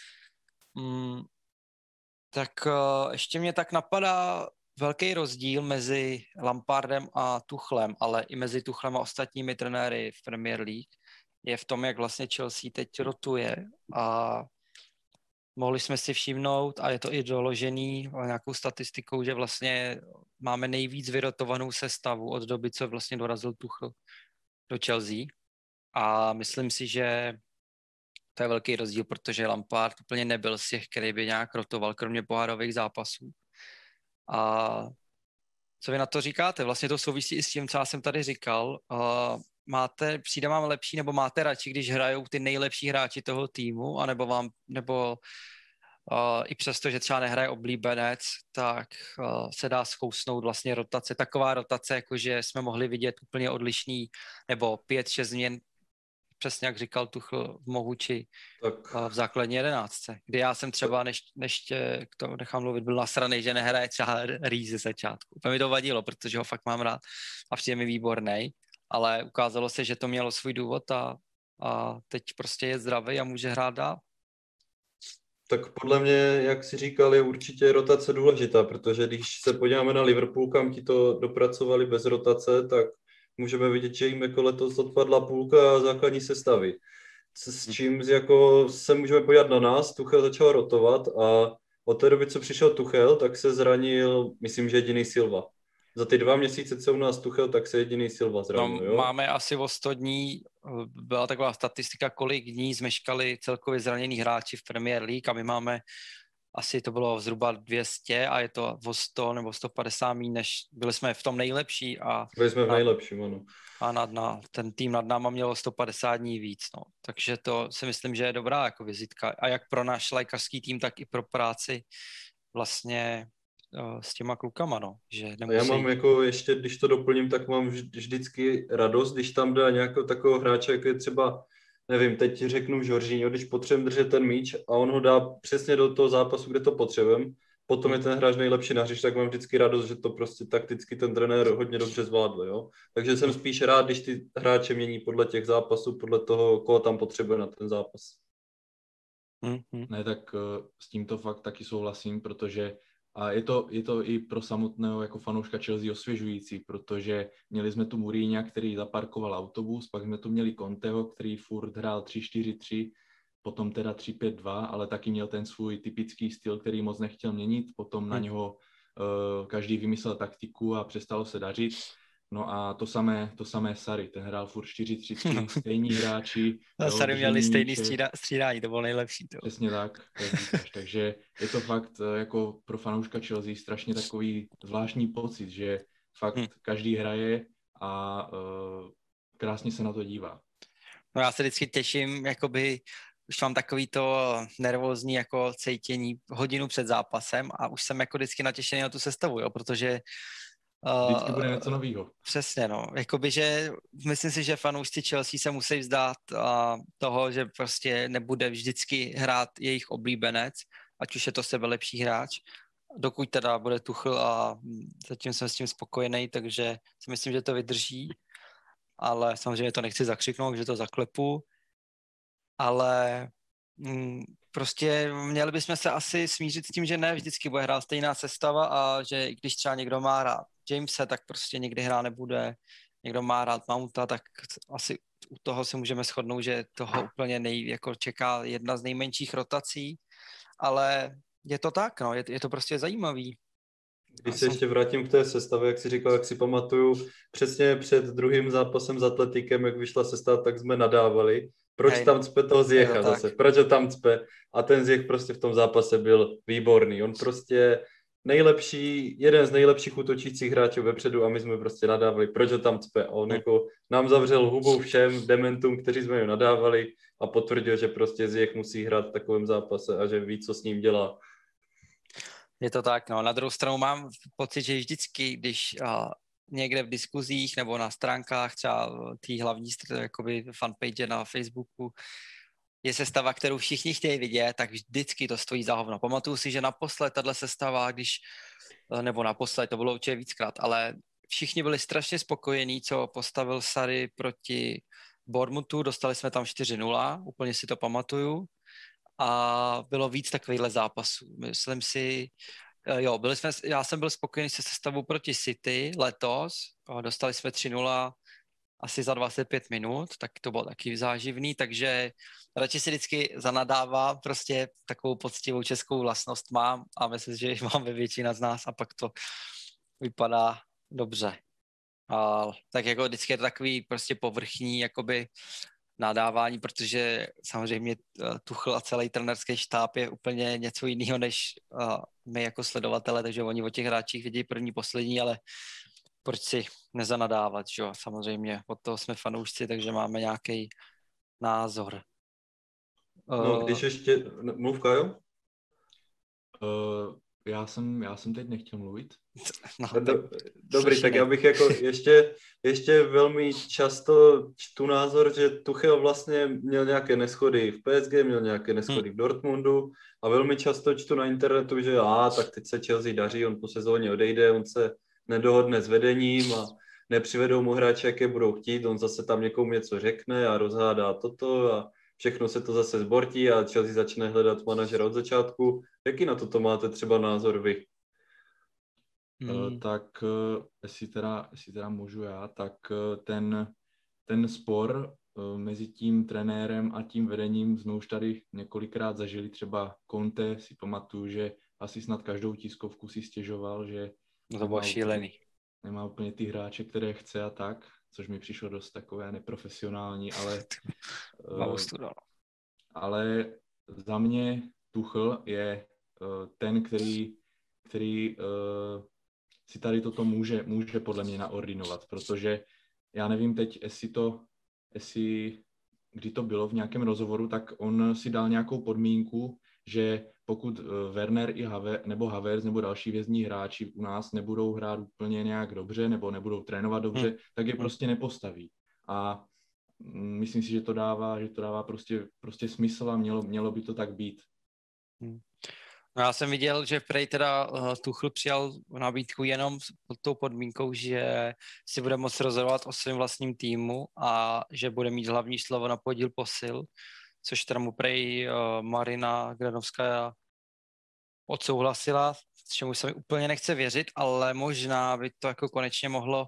Tak ještě mě tak napadá velký rozdíl mezi Lampardem a Tuchlem, ale i mezi Tuchlem a ostatními trenéry v Premier League je v tom, jak vlastně Chelsea teď rotuje a mohli jsme si všimnout, a je to i doložený nějakou statistikou, že vlastně máme nejvíc vyrotovanou sestavu od doby, co vlastně dorazil Tuchl do Chelsea. A myslím si, že to je velký rozdíl, protože Lampard úplně nebyl z těch, který by nějak rotoval, kromě pohárových zápasů. A co vy na to říkáte? Vlastně to souvisí i s tím, co já jsem tady říkal. Přijde vám lepší, nebo máte radši, když hrajou ty nejlepší hráči toho týmu, anebo i přesto, že třeba nehraje oblíbenec, tak se dá zkousnout vlastně rotace. Taková rotace, jakože jsme mohli vidět úplně odlišný, nebo 5-6 změn, přesně jak říkal Tuchl v Mohuči v základní 11. Kdy já jsem třeba, než to nechám mluvit, byl nasranej, že nehraje třeba Reece ze začátku. To mi to vadilo, protože ho fakt mám rád a přijde mi výbornej, ale ukázalo se, že to mělo svůj důvod a teď prostě je zdravý a může hrát dál. Tak podle mě, jak jsi říkal, je určitě rotace důležitá, protože když se podíváme na Liverpool, kam ti to dopracovali bez rotace, tak můžeme vidět, že jim jako letos odpadla půlka základní sestavy. S čím jako se můžeme podívat na nás, Tuchel začal rotovat a od té doby, co přišel Tuchel, tak se zranil, myslím, že jediný Silva. Za ty 2 měsíce, co u nás Tuchel, tak se jediný Silva zranil, no, jo? Máme asi o 100 dní, byla taková statistika, kolik dní zmeškali celkově zranění hráči v Premier League a my máme asi to bylo zhruba 200 a je to o 100 nebo 150 míň, než byli jsme v tom nejlepší. Byli jsme v nejlepším, ano. A ten tým nad náma mělo 150 dní víc. No. Takže to si myslím, že je dobrá jako vizitka. A jak pro náš lékařský tým, tak i pro práci vlastně s těma klukama. No. Že nemusí... Já mám jako ještě, když to doplním, tak mám vždycky radost, když tam dá nějakého takového hráče, jako je třeba, nevím, teď řeknu Jorginho, když potřebujeme držet ten míč a on ho dá přesně do toho zápasu, kde to potřebujeme, potom je ten hráč nejlepší na hřišti, tak mám vždycky radost, že to prostě takticky ten trenér hodně dobře zvládl, jo. Takže jsem spíš rád, když ty hráče mění podle těch zápasů, podle toho, koho tam potřebuje na ten zápas. Ne, tak s tímto fakt taky souhlasím, protože a je to i pro samotného jako fanouška Chelsea osvěžující, protože měli jsme tu Mourinha, který zaparkoval autobus, pak jsme tu měli Conteho, který furt hrál 3-4-3, potom teda 3-5-2, ale taky měl ten svůj typický styl, který moc nechtěl měnit, potom na něho každý vymyslel taktiku a přestalo se dařit. No a to samé Sarri, ten hrál furt 4-3-3, stejní hráči. Sarri měli stejný střídání, to bylo nejlepší. To. Přesně tak, takže je to fakt jako pro fanouška Chelsea strašně takový zvláštní pocit, že fakt každý hraje a krásně se na to dívá. No já se vždycky těším, jakoby už mám takový to nervózní jako cítění hodinu před zápasem a už jsem jako vždycky natěšený na tu sestavu, jo, protože vždycky bude něco novýho. Přesně, no. Jakoby, že myslím si, že fanoušci Chelsea se musí vzdát toho, že prostě nebude vždycky hrát jejich oblíbenec, ať už je to sebelepší hráč, dokud teda bude Tuchl a zatím jsem s tím spokojený, takže si myslím, že to vydrží, ale samozřejmě to nechci zakřiknout, že to zaklepu, ale prostě měli bychom se asi smířit s tím, že ne vždycky bude hrát stejná sestava a že když třeba někdo má rád Jamese, tak prostě někdy hrát nebude, někdo má rád Mounta, tak asi u toho si můžeme shodnout, že toho úplně jako čeká jedna z nejmenších rotací, ale je to tak, no, je to prostě zajímavý. Když se ještě vrátím k té sestavě, jak si říkal, jak si pamatuju, přesně před druhým zápasem s Atletikem, jak vyšla sestava, tak jsme nadávali. Proč tam cpe toho Ziecha zase? Proč ho tam cpe? A ten Ziech prostě v tom zápase byl výborný. On prostě jeden z nejlepších útočících hráčů vepředu a my jsme prostě nadávali, proč ho tam cpe. A on jako nám zavřel hubu všem dementům, kteří jsme ho nadávali a potvrdil, že prostě Ziech musí hrát v takovém zápase a že ví, co s ním dělá. Je to tak, no. Na druhou stranu mám pocit, že vždycky, když někde v diskuzích nebo na stránkách třeba té hlavní jakoby fanpage na Facebooku je sestava, kterou všichni chtějí vidět, tak vždycky to stojí za hovno. Pamatuju si, že naposled tahle sestava, nebo naposled, to bylo určitě víckrát, ale všichni byli strašně spokojení, co postavil Sarri proti Bournemouthu, dostali jsme tam 4-0, úplně si to pamatuju, a bylo víc takovýchhle zápasů. Myslím si, já jsem byl spokojený se sestavou proti City letos, dostali jsme 3-0 asi za 25 minut, tak to bylo taky záživný, takže radši si vždycky zanadávám, prostě takovou poctivou českou vlastnost mám a myslím, že ji máme většina z nás a pak to vypadá dobře. A tak jako vždycky je to takový prostě povrchní jakoby nadávání, protože samozřejmě Tuchel a celý trenerský štáb je úplně něco jiného než my jako sledovatele, takže oni o těch hráčích vidí první, poslední, ale proč si nezanadávat, že jo? Samozřejmě od toho jsme fanoušci, takže máme nějaký názor. No, když ještě... Mluv, Kajo? Já jsem teď nechtěl mluvit. No, dobrý, tak já bych jako ještě velmi často čtu názor, že Tuchel vlastně měl nějaké neshody v PSG, měl nějaké neshody v Dortmundu a velmi často čtu na internetu, že tak teď se Chelsea daří, on po sezóně odejde, on se nedohodne s vedením a nepřivedou mu hráče, jaké budou chtít, on zase tam někomu něco řekne a rozhádá toto a všechno se to zase zbortí a Chelsea začne hledat manažera od začátku. Jaký na toto máte třeba názor vy? Tak jestli teda můžu já, tak ten spor mezi tím trenérem a tím vedením jsme už tady několikrát zažili. Třeba Conte si pamatuju, že asi snad každou tiskovku si stěžoval, že to bylo šílený. Nemá úplně ty hráče, které chce a tak, což mi přišlo dost takové neprofesionální, ale za mě Tuchel je ten, který si tady toto může podle mě naordinovat, protože já nevím teď, kdy to bylo v nějakém rozhovoru, tak on si dal nějakou podmínku, že pokud Werner nebo Havertz nebo další vězní hráči u nás nebudou hrát úplně nějak dobře nebo nebudou trénovat dobře, tak je prostě nepostaví. A myslím si, že to dává prostě smysl a mělo by to tak být. No já jsem viděl, že prej teda Tuchel přijal nabídku jenom pod tou podmínkou, že si bude moct rozhodovat o svém vlastním týmu a že bude mít hlavní slovo na podíl posil, což teda mu prej Marina Granovská odsouhlasila, čemu se mi úplně nechce věřit, ale možná by to jako konečně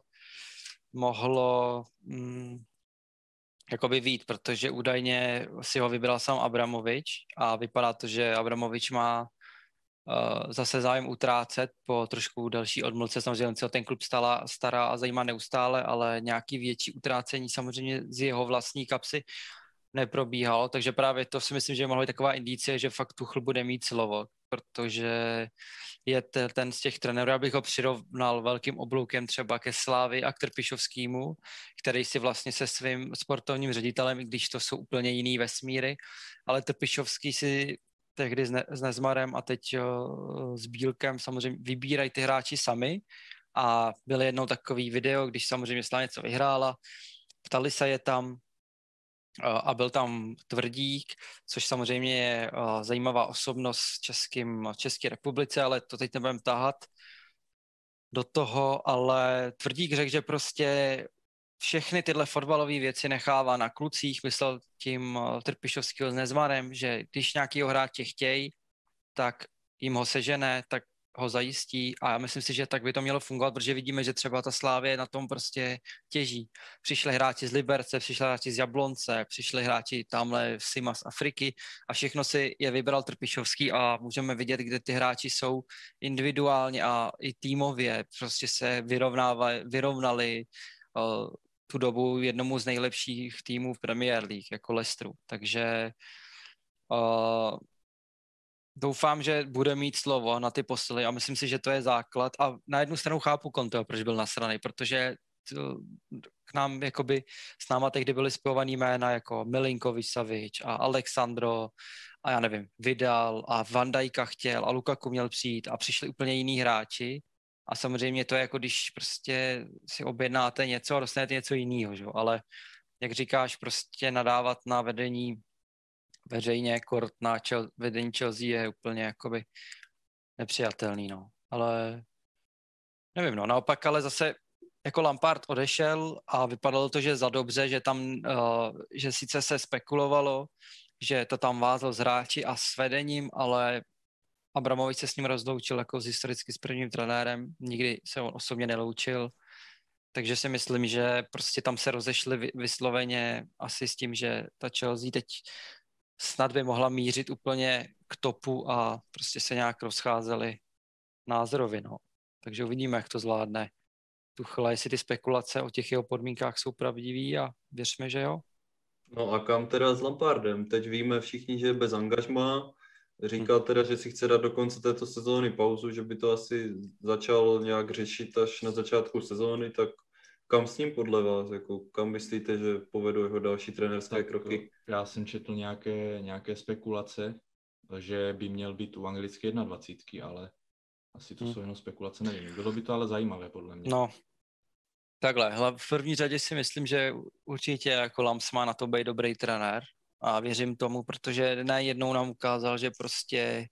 mohlo jakoby vít, protože údajně si ho vybral sám Abramovič a vypadá to, že Abramovič má zase zájem utrácet po trošku další odmlce. Samozřejmě on se o ten klub stará a zajímá neustále, ale nějaký větší utrácení samozřejmě z jeho vlastní kapsy neprobíhalo, takže právě to si myslím, že je mohla být taková indicie, že fakt Tuchel bude mít slovo, protože je ten z těch trenérů, já bych ho přirovnal velkým obloukem třeba ke Slávy a k Trpišovskému, který si vlastně se svým sportovním ředitelem, i když to jsou úplně jiný vesmíry, ale Trpišovský si tehdy s Nezmarem a teď s Bílkem samozřejmě vybírají ty hráči sami a byl jednou takový video, když samozřejmě Slávy něco vyhrála, ptali se je tam a byl tam Tvrdík, což samozřejmě je zajímavá osobnost v České republice, ale to teď nebudeme tahat do toho, ale Tvrdík řekl, že prostě všechny tyhle fotbalové věci nechává na klucích, myslel tím Trpišovského s Nezmarem, že když nějakýho hráče chtějí, tak jim ho sežene, tak ho zajistí a já myslím si, že tak by to mělo fungovat, protože vidíme, že třeba ta Slávě na tom prostě těží. Přišli hráči z Liberce, přišli hráči z Jablonce, přišli hráči tamhle Sima z Afriky a všechno si je vybral Trpišovský a můžeme vidět, kde ty hráči jsou individuálně a i týmově prostě se vyrovnali tu dobu jednomu z nejlepších týmů v Premier League, jako Leicesteru. Takže doufám, že bude mít slovo na ty posily a myslím si, že to je základ. A na jednu stranu chápu Conteho, proč byl nasranej, protože k nám jakoby s náma tehdy byly spojovaný jména jako Milinkovič Savič a Alexandro a já nevím, Vidal a Van Dijka chtěl a Lukaku měl přijít a přišli úplně jiní hráči A samozřejmě to je jako když prostě si objednáte něco a dostanete něco jiného, že? Ale jak říkáš, prostě nadávat na vedení veřejně, kort na vedení Chelsea je úplně jakoby nepřijatelný, no. Ale nevím, no. Naopak, ale zase jako Lampard odešel a vypadalo to, že za dobře, že tam, že sice se spekulovalo, že to tam vázlo s hráči a s vedením, ale Abramovič se s ním rozloučil jako historicky s prvním trenérem, nikdy se on osobně neloučil, takže si myslím, že prostě tam se rozešli vysloveně asi s tím, že ta Chelsea teď snad by mohla mířit úplně k topu a prostě se nějak rozcházeli názorově, no. Takže uvidíme, jak to zvládne Tuchel, jestli ty spekulace o těch jeho podmínkách jsou pravdivý a věřme, že jo. No a kam teda s Lampardem? Teď víme všichni, že je bez angažmá. Říkal teda, že si chce dát do konce této sezóny pauzu, že by to asi začal nějak řešit až na začátku sezóny, tak kam s ním podle vás? Jako, kam myslíte, že povedou jeho další trenérské kroky? Já jsem četl nějaké spekulace, že by měl být u anglické 21, ale asi to jsou jenom spekulace, nevím. Bylo by to ale zajímavé, podle mě. No, takhle. V první řadě si myslím, že určitě jako Lams má na to být dobrý trenér a věřím tomu, protože najednou nám ukázal, že prostě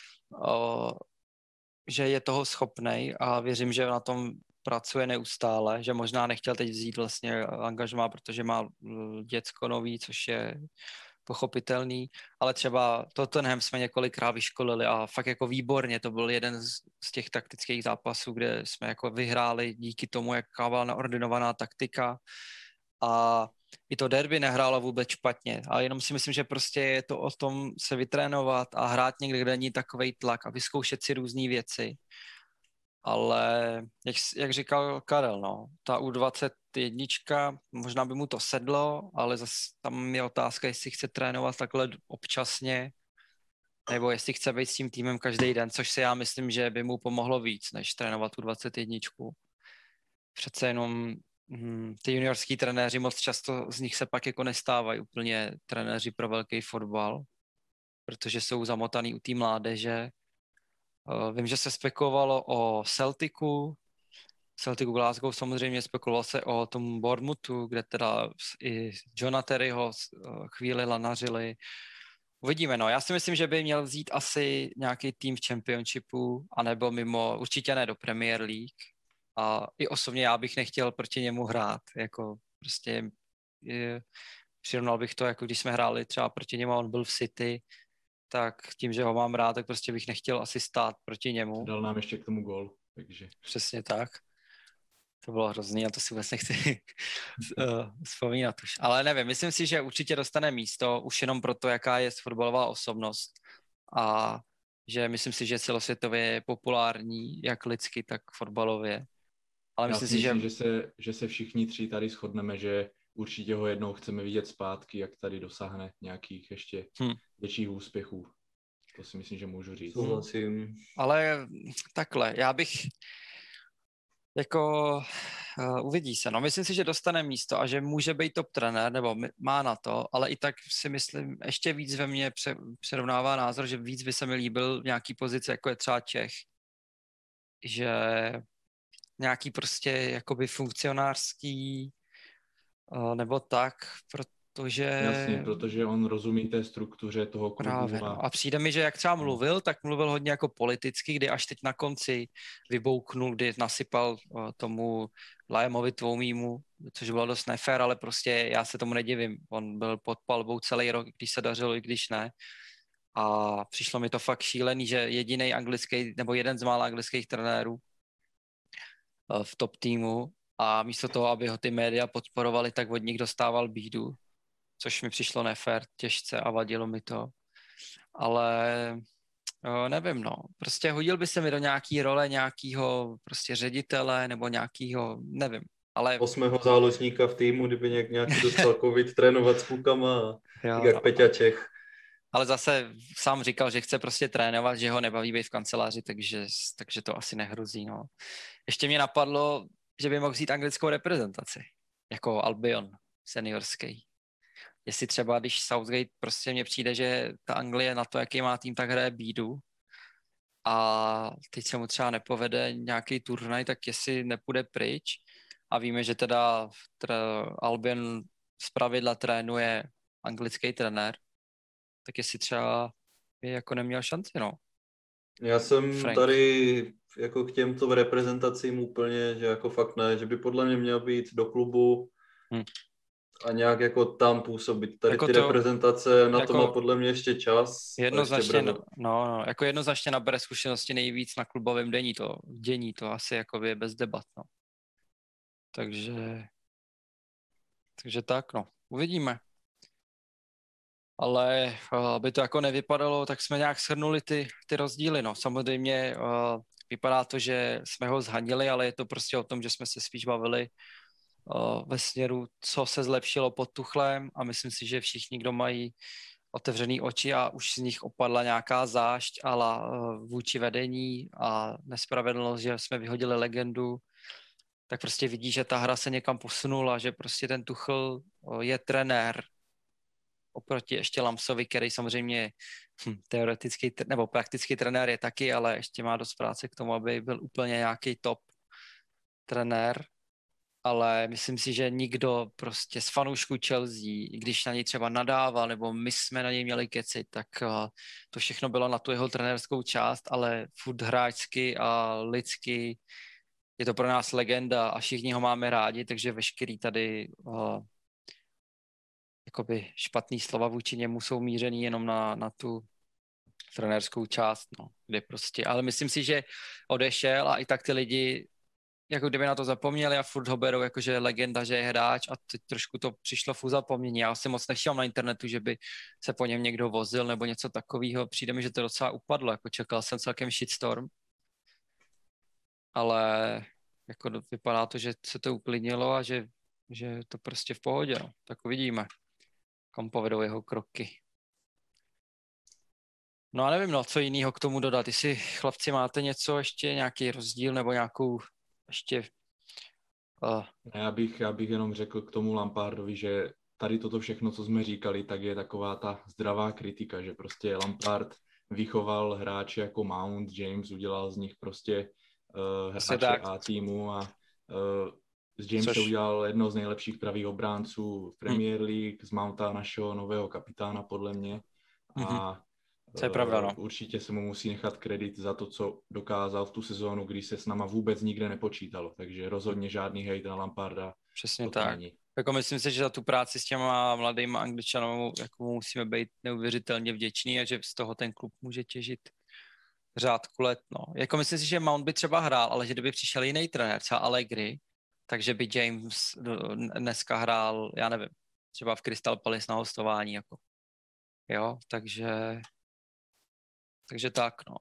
že je toho schopnej a věřím, že na tom pracuje neustále, že možná nechtěl teď vzít vlastně angažmá, protože má děcko nový, což je pochopitelný, ale třeba Tottenham jsme několikrát vyškolili a fakt jako výborně, to byl jeden z těch taktických zápasů, kde jsme jako vyhráli díky tomu, jaká byla naordinovaná taktika a i to derby nehrálo vůbec špatně, ale jenom si myslím, že prostě je to o tom se vytrénovat a hrát někde, kde není takovej tlak a vyzkoušet si různé věci. Ale jak říkal Karel, no, ta U21, možná by mu to sedlo, ale zase tam je otázka, jestli chce trénovat takhle občasně, nebo jestli chce být s tím týmem každý den, což si já myslím, že by mu pomohlo víc, než trénovat U21. Přece jenom ty juniorský trenéři moc často z nich se pak jako nestávají úplně trenéři pro velký fotbal, protože jsou zamotaný u té mládeže. Vím, že se spekulovalo o Celticu Glasgow, samozřejmě spekulovalo se o tom Bournemouthu, kde teda i Johna Terryho chvíli lanařili. Uvidíme, no. Já si myslím, že by měl vzít asi nějaký tým v Championshipu, anebo mimo, určitě ne do Premier League. A i osobně já bych nechtěl proti němu hrát, jako prostě přirovnal bych to, jako když jsme hráli třeba proti němu, on byl v City, tak tím, že ho mám rád, tak prostě bych nechtěl asi stát proti němu. Dal nám ještě k tomu gól, takže... Přesně tak. To bylo hrozný a to si vůbec nechci vzpomínat už. Ale nevím, myslím si, že určitě dostane místo, už jenom proto, jaká je fotbalová osobnost a že myslím si, že celosvětově je populární, jak lidsky, tak fotbalově. Ale myslím si, že se všichni tři tady shodneme, že určitě ho jednou chceme vidět zpátky, jak tady dosáhne nějakých ještě větších úspěchů. To si myslím, že můžu říct. Souhlasím. Ale takhle, já bych jako uvidí se. No, myslím si, že dostane místo a že může být top trenér, nebo má na to, ale i tak si myslím, ještě víc ve mně přerovnává názor, že víc by se mi líbil v nějaký pozici, jako je třeba Čech. Že nějaký prostě jakoby funkcionářský nebo tak, protože... Jasně, protože on rozumí té struktuře toho klubu. Právě, no. A přijde mi, že jak třeba mluvil, tak mluvil hodně jako politicky, kdy až teď na konci vybouknul, kdy nasypal tomu Lajemovi Tvomímu, což bylo dost nefér, ale prostě já se tomu nedivím. On byl pod palbou celý rok, když se dařilo, i když ne. A přišlo mi to fakt šílený, že jediný anglický, nebo jeden z mála anglických trenérů v top týmu a místo toho, aby ho ty média podporovali, tak od nich dostával bídu, což mi přišlo nefér, těžce a vadilo mi to. Ale nevím, no. Prostě hodil by se mi do nějaký role nějakýho prostě ředitele nebo nějakýho, nevím. Ale... 8. záložníka v týmu, kdyby nějaký dostal covid, trénovat s klukama, jak Peťa Čech. Ale zase sám říkal, že chce prostě trénovat, že ho nebaví být v kanceláři, takže to asi nehrozí, no. Ještě mě napadlo, že by mohl vzít anglickou reprezentaci, jako Albion seniorský. Jestli třeba, když Southgate prostě mně přijde, že ta Anglie na to, jaký má tým, tak hraje bídu, a teď se mu třeba nepovede nějaký turnaj, tak jestli nepůjde pryč a víme, že teda Albion zpravidla trénuje anglický trenér, tak jestli třeba by jako neměl šanci, no. Já jsem Frank. tady jako k těmto reprezentacím úplně, že jako fakt ne, že by podle mě měl být do klubu a nějak jako tam působit. Tady jako ty reprezentace, na jako to má podle mě ještě čas. Jednoznačně, jako jednoznačně nabere zkušenosti nejvíc na klubovém dění, to asi jako je bez debat, no. Takže tak, no, uvidíme. Ale aby to jako nevypadalo, tak jsme nějak shrnuli ty rozdíly, no. Samozřejmě vypadá to, že jsme ho zhanili, ale je to prostě o tom, že jsme se spíš bavili ve směru, co se zlepšilo pod Tuchlem a myslím si, že všichni, kdo mají otevřený oči a už z nich opadla nějaká zášť vůči vedení a nespravedlnost, že jsme vyhodili legendu, tak prostě vidí, že ta hra se někam posunula, že prostě ten Tuchl je trenér oproti ještě Lamsovi, který samozřejmě teoretický nebo praktický trenér je taky, ale ještě má dost práce k tomu, aby byl úplně nějaký top trenér. Ale myslím si, že nikdo prostě z fanoušků Chelsea, i když na něj třeba nadával, nebo my jsme na něj měli keci, tak to všechno bylo na tu jeho trenérskou část, ale furt hráčsky a lidsky je to pro nás legenda a všichni ho máme rádi, takže veškerý tady jakoby špatný slova vůči němu jsou mířený jenom na tu trenérskou část, no, kde prostě, ale myslím si, že odešel a i tak ty lidi jako kdyby na to zapomněli a furt ho berou jakože legenda, že je hráč a teď trošku to přišlo v zapomnění. Já si moc nevšiml na internetu, že by se po něm někdo vozil nebo něco takového. Přijde mi, že to docela upadlo, jako čekal jsem celkem shitstorm. Ale jako vypadá to, že se to uklidnilo a že to prostě v pohodě. No. Tak uvidíme, kam povedou jeho kroky. No a nevím, no, co jiného k tomu dodat. Jestli chlapci máte něco, ještě nějaký rozdíl nebo nějakou ještě... Já bych jenom řekl k tomu Lampardovi, že tady toto všechno, co jsme říkali, tak je taková ta zdravá kritika, že prostě Lampard vychoval hráče jako Mount, James, udělal z nich prostě hráče A týmu a z Jamesa udělal jedno z nejlepších pravých obránců v Premier League, z Mounta našeho nového kapitána podle mě a to je pravda, no. Určitě se mu musí nechat kredit za to, co dokázal v tu sezónu, kdy se s náma vůbec nikde nepočítalo. Takže rozhodně žádný hejt na Lamparda. Přesně tak. Jako myslím si, že za tu práci s těma mladýma Angličanům jako musíme být neuvěřitelně vděční a že z toho ten klub může těžit řádku let. No. Jako myslím si, že Mount by třeba hrál, ale že kdyby přišel jiný trenér, třeba Allegri, takže by James dneska hrál, já nevím, třeba v Crystal Palace na hostování. Jako. Jo, takže tak, no.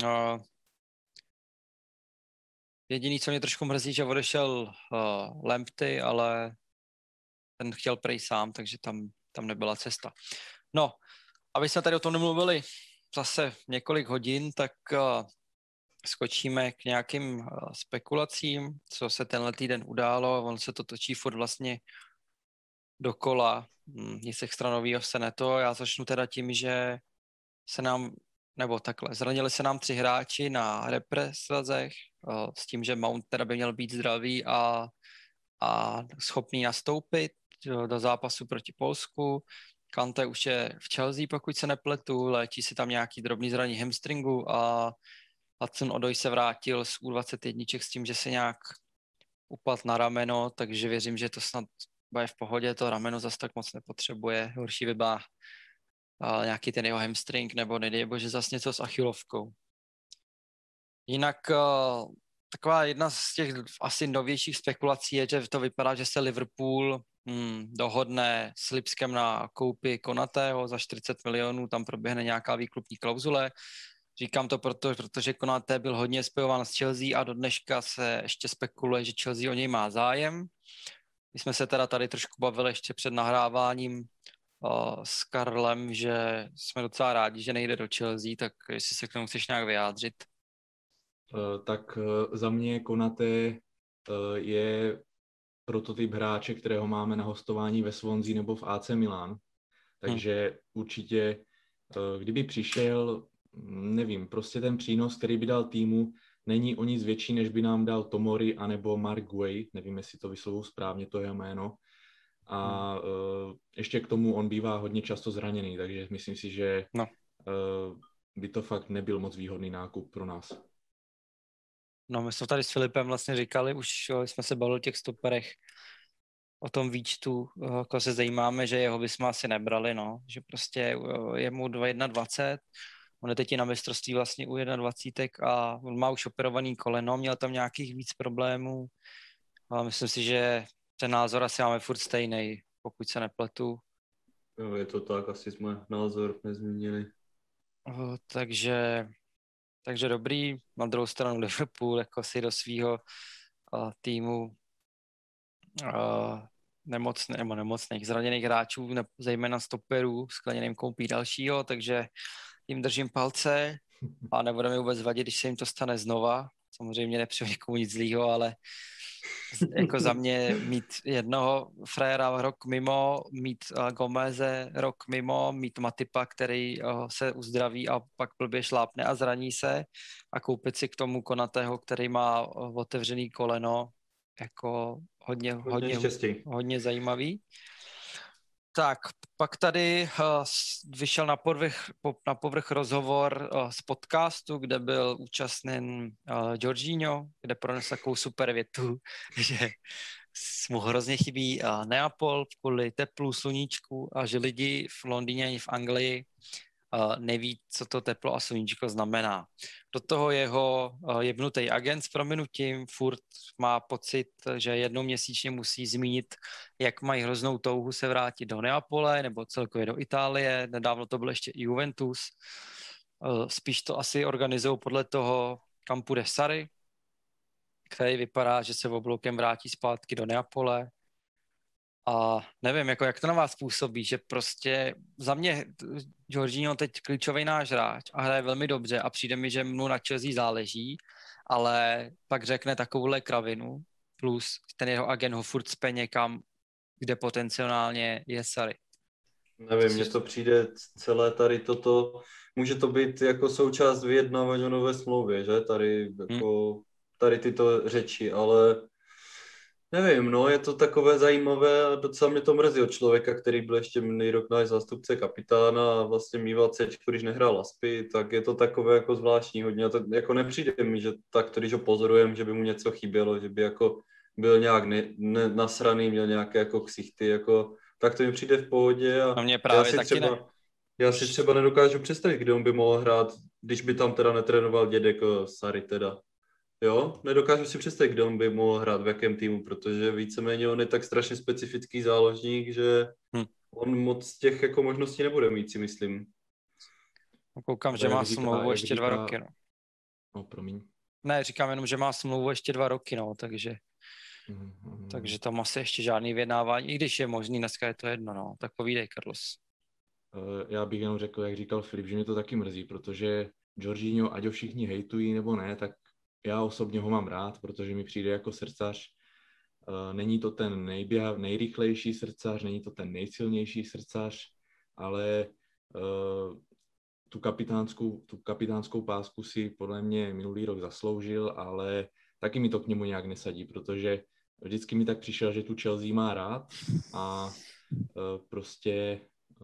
Jediný, co mě trošku mrzí, že odešel Lamptey, ale ten chtěl prej sám, takže tam nebyla cesta. No, aby jsme tady o tom nemluvili zase několik hodin, tak skočíme k nějakým spekulacím, co se tenhle týden událo. On se to točí furt vlastně dokola. Nic extra novýho se neto. Já začnu teda tím, že se nám zranili se nám 3 hráči na represrazech s tím, že Mount teda by měl být zdravý a schopný nastoupit do zápasu proti Polsku. Kante už je v Chelsea, pokud se nepletu, léčí si tam nějaký drobný zranění hamstringu a Hudson-Odoi se vrátil z U21 s tím, že se nějak upadl na rameno, takže věřím, že to snad bude v pohodě, to rameno zase tak moc nepotřebuje. Horší by byla nějaký ten jeho hamstring, nebo nedej bože zase něco s achilovkou. Jinak taková jedna z těch asi novějších spekulací je, že to vypadá, že se Liverpool dohodne s Lipskem na koupi Konatého za 40 milionů, tam proběhne nějaká výklupní klauzule. Říkám to protože Konaté byl hodně spojován s Chelsea a do dneška se ještě spekuluje, že Chelsea o něj má zájem. My jsme se teda tady trošku bavili ještě před nahráváním s Karlem, že jsme docela rádi, že nejde do Chelsea, tak jestli se k tomu chceš nějak vyjádřit. Tak za mě Konaté je prototyp hráče, kterého máme na hostování ve Swansea nebo v AC Milan. Takže určitě, kdyby přišel, nevím, prostě ten přínos, který by dal týmu, není o nic větší, než by nám dal Tomori anebo Mark Guay, nevím, jestli to vyslovuji správně, to jeho jméno. A ještě k tomu on bývá hodně často zraněný, takže myslím si, že by to fakt nebyl moc výhodný nákup pro nás. No, my jsme tady s Filipem vlastně říkali, už jsme se bavili o těch stoperech, o tom výčtu, jako se zajímáme, že jeho bychom asi nebrali, no, že prostě je mu 21, on je teď na mistrovství vlastně u 21 a on má už operovaný koleno, měl tam nějakých víc problémů a myslím si, že ten názor asi máme furt stejný, pokud se nepletu. Jo, je to tak, asi jsme názor nezměnili. Takže dobrý, na druhou stranu Liverpool jako si do svýho týmu nemocných zraněných hráčů, zejména stoperů, skleněným koupí dalšího, takže jim držím palce a nebude mi vůbec vadit, když se jim to stane znova. Samozřejmě nepřeju nikomu nic zlýho, ale jako za mě mít jednoho frajera rok mimo, mít Gomeze rok mimo, mít Matipa, který se uzdraví a pak blbě šlápne a zraní se a koupit si k tomu Konatého, který má otevřený koleno, jako hodně zajímavý. Tak, pak tady vyšel na povrch rozhovor z podcastu, kde byl účastný Jorginho, kde pronesl takovou super větu, že mu hrozně chybí Neapol kvůli teplu, sluníčku a že lidi v Londýně i v Anglii neví, co to teplo a sluníčko znamená. Do toho jeho jebnutý agent s prominutím furt má pocit, že jednou měsíčně musí zmínit, jak mají hroznou touhu se vrátit do Neapole nebo celkově do Itálie. Nedávno to byl ještě i Juventus. Spíš to asi organizují podle toho, kam půjde Sarri, který vypadá, že se obloukem vrátí zpátky do Neapole. A nevím, jako jak to na vás působí, že prostě za mě Jorginho teď klíčový náš hráč a hraje velmi dobře a přijde mi, že mu na Chelsea záleží, ale pak řekne takovouhle kravinu, plus ten jeho agent ho furt cpe někam, kde potenciálně je Sarri. Nevím, mně to přijde celé tady toto, může to být jako součást vyjednávání o nové smlouvě, že? Tady tyto řeči, ale nevím, no, je to takové zajímavé a docela mě to mrzí od člověka, který byl ještě minulý rok náš zástupce kapitána a vlastně mýval Cčku, když nehrál Aspy, tak je to takové jako zvláštní hodně. A to jako nepřijde mi, že tak, když ho pozorujem, že by mu něco chybělo, že by jako byl nějak nasraný, měl nějaké jako ksichty, jako, tak to mi přijde v pohodě. A mě právě taky ne. Já si třeba nedokážu představit, kde on by mohl hrát, když by tam teda netrénoval dědek Sarri teda. Jo, nedokážu si představit, kde on by mohl hrát, v jakém týmu, protože víceméně on je tak strašně specifický záložník, že on moc těch jako možností nebude mít, si myslím. Koukám, že má smlouvu ještě 2 roky, no. No, promiň. Ne, říkám jenom, že má smlouvu ještě 2 roky, no, takže tam asi ještě žádný vyjednávání, i když je možný, dneska je to jedno, no. Tak povídej, Carlos. Já bych jenom řekl, jak říkal Filip, že mě to taky mrzí, protože Jorginho, ať ho všichni hejtují nebo ne, tak já osobně ho mám rád, protože mi přijde jako srdcař. Není to ten nejrychlejší srdcař, není to ten nejsilnější srdcař, ale tu kapitánskou pásku si podle mě minulý rok zasloužil, ale taky mi to k němu nějak nesadí, protože vždycky mi tak přišel, že tu Chelsea má rád a prostě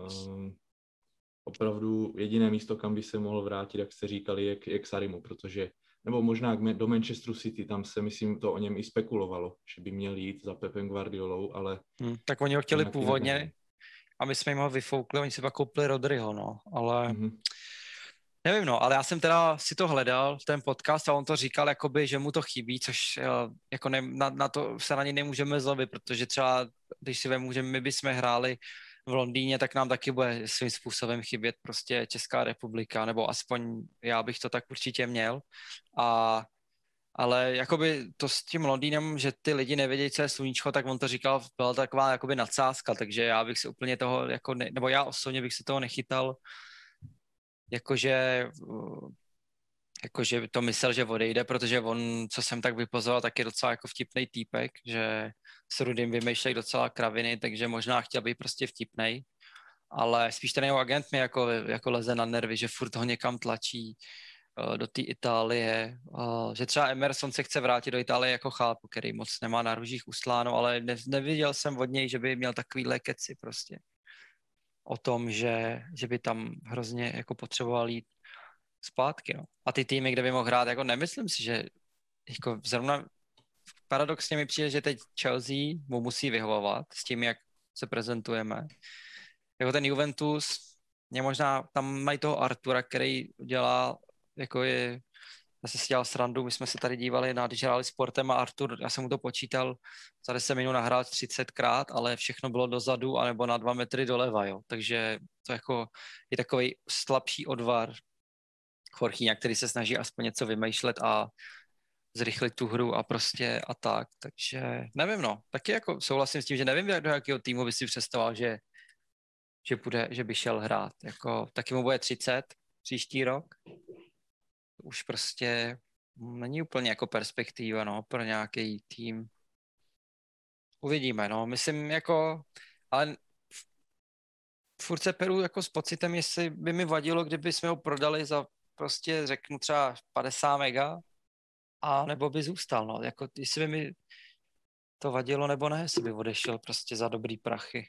opravdu jediné místo, kam by se mohl vrátit, jak jste říkali, je k Sarrimu, protože nebo možná do Manchesteru City, tam se, myslím, to o něm i spekulovalo, že by měl jít za Pepem Guardiolou, ale... Tak oni ho chtěli původně a my jsme jim ho vyfoukli, oni si pak koupili Rodryho, no, ale... Nevím, no, ale já jsem teda si to hledal, ten podcast, a on to říkal, jakoby, že mu to chybí, což jako na to se na něj nemůžeme zlobit, protože třeba, když si vemu, že my bychom hráli v Londýně, tak nám taky bude svým způsobem chybět prostě Česká republika, nebo aspoň já bych to tak určitě měl. Ale jakoby to s tím Londýnem, že ty lidi nevědějí, co je sluníčko, tak on to říkal, byla taková jakoby nadsázka, takže já bych se úplně toho, jako nebo já osobně bych se toho nechytal, jakože to myslel, že odejde, protože on, co jsem tak vypozoroval, tak je docela jako vtipnej týpek, že s Rudým vymýšlejí docela kraviny, takže možná chtěl být prostě vtipnej. ale spíš ten jeho agent mi jako leze na nervy, že furt ho někam tlačí do té Itálie, že třeba Emerson se chce vrátit do Itálie jako chápu, který moc nemá na růžích ustláno, ale neviděl jsem od něj, že by měl takovýhle keci prostě o tom, že by tam hrozně jako potřeboval jít zpátky. No. A ty týmy, kde by mohl hrát, jako nemyslím si, že jako zrovna paradoxně mi přijde, že teď Chelsea mu musí vyhovovat s tím, jak se prezentujeme. Jako ten Juventus, mě možná, tam mají toho Artura, který dělá, jako je, zase si dělal srandu, my jsme se tady dívali na, když hráli Sportem a Artur, já jsem mu to počítal, za 10 minut nahrál 30krát, ale všechno bylo dozadu, anebo na 2 metry doleva, jo. Takže to jako je takový slabší odvar Jorginha, který se snaží aspoň něco vymýšlet a zrychlit tu hru a prostě a tak, takže nevím, no, taky jako souhlasím s tím, že nevím, do jakého týmu by si představoval, že by šel hrát, jako taky mu bude 30 příští rok, už prostě není úplně jako perspektiva, no, pro nějaký tým. Uvidíme, no, myslím jako, ale furt se peru jako s pocitem, jestli by mi vadilo, kdyby jsme ho prodali za prostě řeknu třeba 50 mega, a nebo by zůstal, no, jako jestli by mi to vadilo, nebo ne, jestli by odešel prostě za dobrý prachy.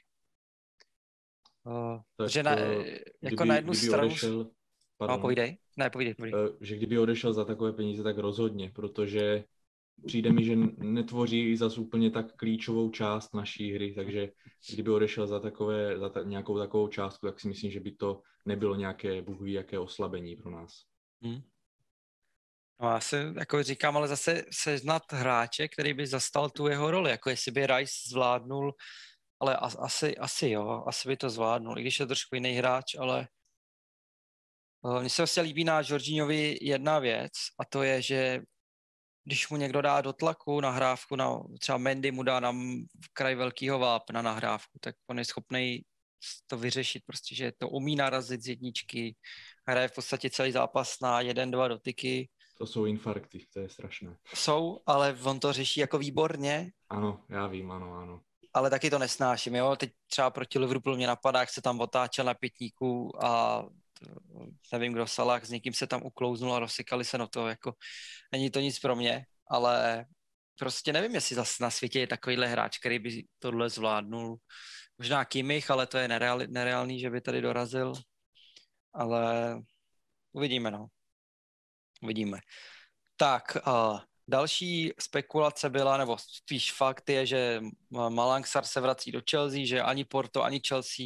Protože jako na jednu stranu... Odešel, no, povídej. Že kdyby odešel za takové peníze, tak rozhodně, protože přijde mi, že netvoří zas úplně tak klíčovou část naší hry, takže kdyby odešel za nějakou takovou částku, tak si myslím, že by to nebylo nějaké, bůh ví, jaké oslabení pro nás. No já si jako říkám, ale zase seznat hráče, který by zastal tu jeho roli, jako jestli by Rice zvládnul, ale asi jo, asi by to zvládnul, i když je trošku jiný hráč, ale mně se vlastně líbí na Jorginhovi jedna věc a to je, že když mu někdo dá do tlaku nahrávku, třeba Mendy mu dá na kraj velkého vápna nahrávku, tak on je schopný to vyřešit, prostě, že to umí narazit z jedničky, hraje v podstatě celý zápas na 1-2 dotyky. To jsou infarkty, to je strašné. Jsou, ale on to řeší jako výborně. Ano, já vím, ano. Ale taky to nesnáším, jo. Teď třeba proti Liverpoolu mě napadá, jak se tam otáčel na pětníku a nevím, kdo Salah, s někým se tam uklouznul a rozsykali se, no to jako není to nic pro mě, ale prostě nevím, jestli zase na světě je takovýhle hráč, který by tohle zvládnul. Možná Kimmich, ale to je nereálný, že by tady dorazil, ale uvidíme, no. Uvidíme. Tak, další spekulace byla, nebo spíš fakt je, že Malang Sarr se vrací do Chelsea, že ani Porto, ani Chelsea,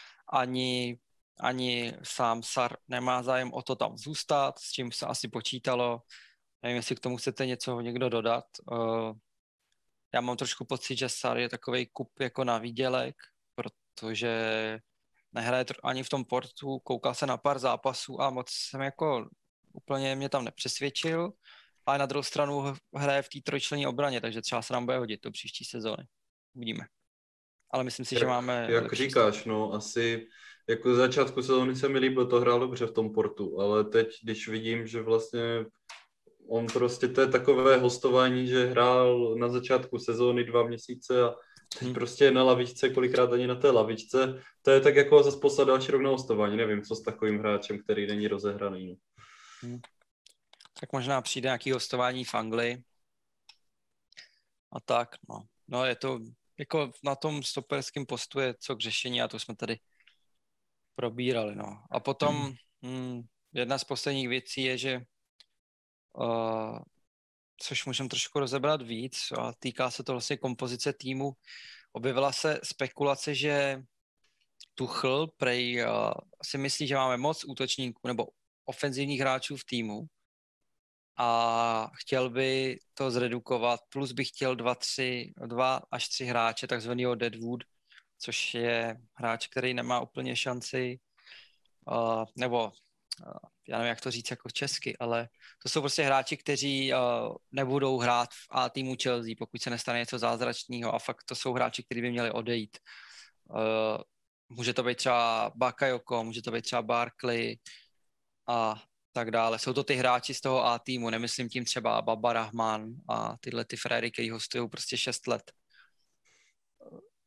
ani sám Sarr nemá zájem o to tam zůstat, s čím se asi počítalo. Nevím, jestli k tomu chcete něco někdo dodat. Já mám trošku pocit, že Sarr je takovej kup jako na výdělek, protože nehraje ani v tom Portu, koukal se na pár zápasů a moc jsem jako úplně mě tam nepřesvědčil, ale na druhou stranu hraje v té trojčlenné obraně, takže třeba se nám bude hodit do příští sezóny. Uvidíme. Ale myslím si, že máme... Jak říkáš, no asi jako začátku sezóny se mi líbilo, to hrál dobře v tom Portu, ale teď, když vidím, že vlastně on prostě, to je takové hostování, že hrál na začátku sezóny 2 měsíce a teď prostě na lavičce, kolikrát ani na té lavičce, to je tak jako zase poslat další rok na hostování, nevím, co s takovým hráčem, který není rozehraný. Tak možná přijde nějaký hostování v Anglii a tak, no. No je to, jako na tom stoperském postu je co k řešení a to jsme tady probírali, no. A potom jedna z posledních věcí je, že což můžeme trošku rozebrat víc a týká se to vlastně kompozice týmu. Objevila se spekulace, že Tuchel prej si myslí, že máme moc útočníků nebo ofenzivních hráčů v týmu a chtěl by to zredukovat, plus by chtěl 2 až 3 hráče, takzvanýho Deadwood, což je hráč, který nemá úplně šanci, nebo já nevím, jak to říct jako česky, ale to jsou prostě hráči, kteří nebudou hrát v A týmu Chelsea, pokud se nestane něco zázračného a fakt to jsou hráči, kteří by měli odejít. Může to být třeba Bakayoko, může to být třeba Barkley a tak dále. Jsou to ty hráči z toho A týmu, nemyslím tím třeba Baba Rahman a tyhle ty fréry, který hostují prostě 6 let. I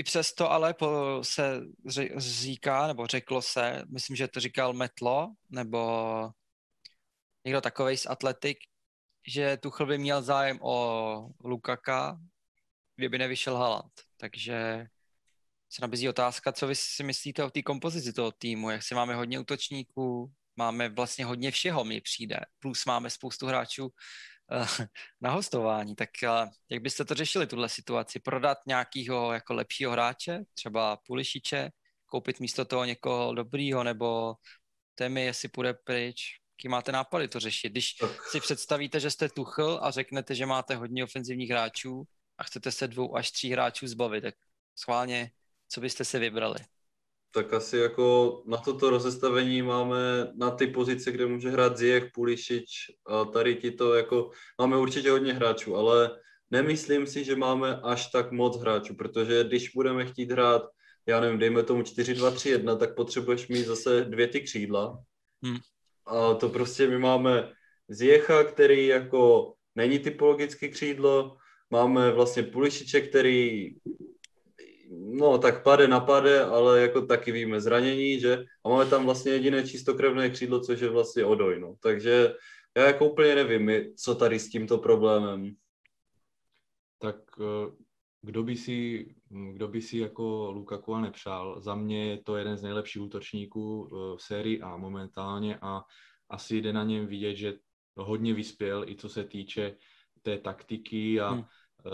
přesto ale se říká, nebo řeklo se, myslím, že to říkal Metlo, nebo někdo takovej z Atletik, že Tuchel by měl zájem o Lukaka, kdyby nevyšel Haaland. Takže se nabízí otázka, co vy si myslíte o té kompozici toho týmu, jak si máme hodně útočníků, máme vlastně hodně všeho, mi přijde, plus máme spoustu hráčů na hostování, tak jak byste to řešili, tuhle situaci? Prodat nějakého jako lepšího hráče, třeba Pulišiče, koupit místo toho někoho dobrýho, nebo Temi, jestli půjde pryč? Jaký máte nápady to řešit? Když si představíte, že jste Tuchel a řeknete, že máte hodně ofenzivních hráčů a chcete se 2 až 3 hráčů zbavit, tak schválně, co byste si vybrali? Tak asi jako na toto rozestavení máme na ty pozice, kde může hrát Ziyech, Pulišič a tady to jako máme určitě hodně hráčů, ale nemyslím si, že máme až tak moc hráčů, protože když budeme chtít hrát, já nevím, dejme tomu 4-2-3-1, tak potřebuješ mít zase 2 ty křídla. A to prostě my máme Ziyecha, který jako není typologicky křídlo, máme vlastně Pulišiče, který no tak pade, ale jako taky víme zranění, že? A máme tam vlastně jediné čistokrevné křídlo, což je vlastně Odoj, no. Takže já jako úplně nevím, co tady s tímto problémem. Tak kdo by si jako Lukaku nepřál? Za mě je to jeden z nejlepších útočníků v sérii A momentálně a asi jde na něm vidět, že hodně vyspěl, i co se týče té taktiky a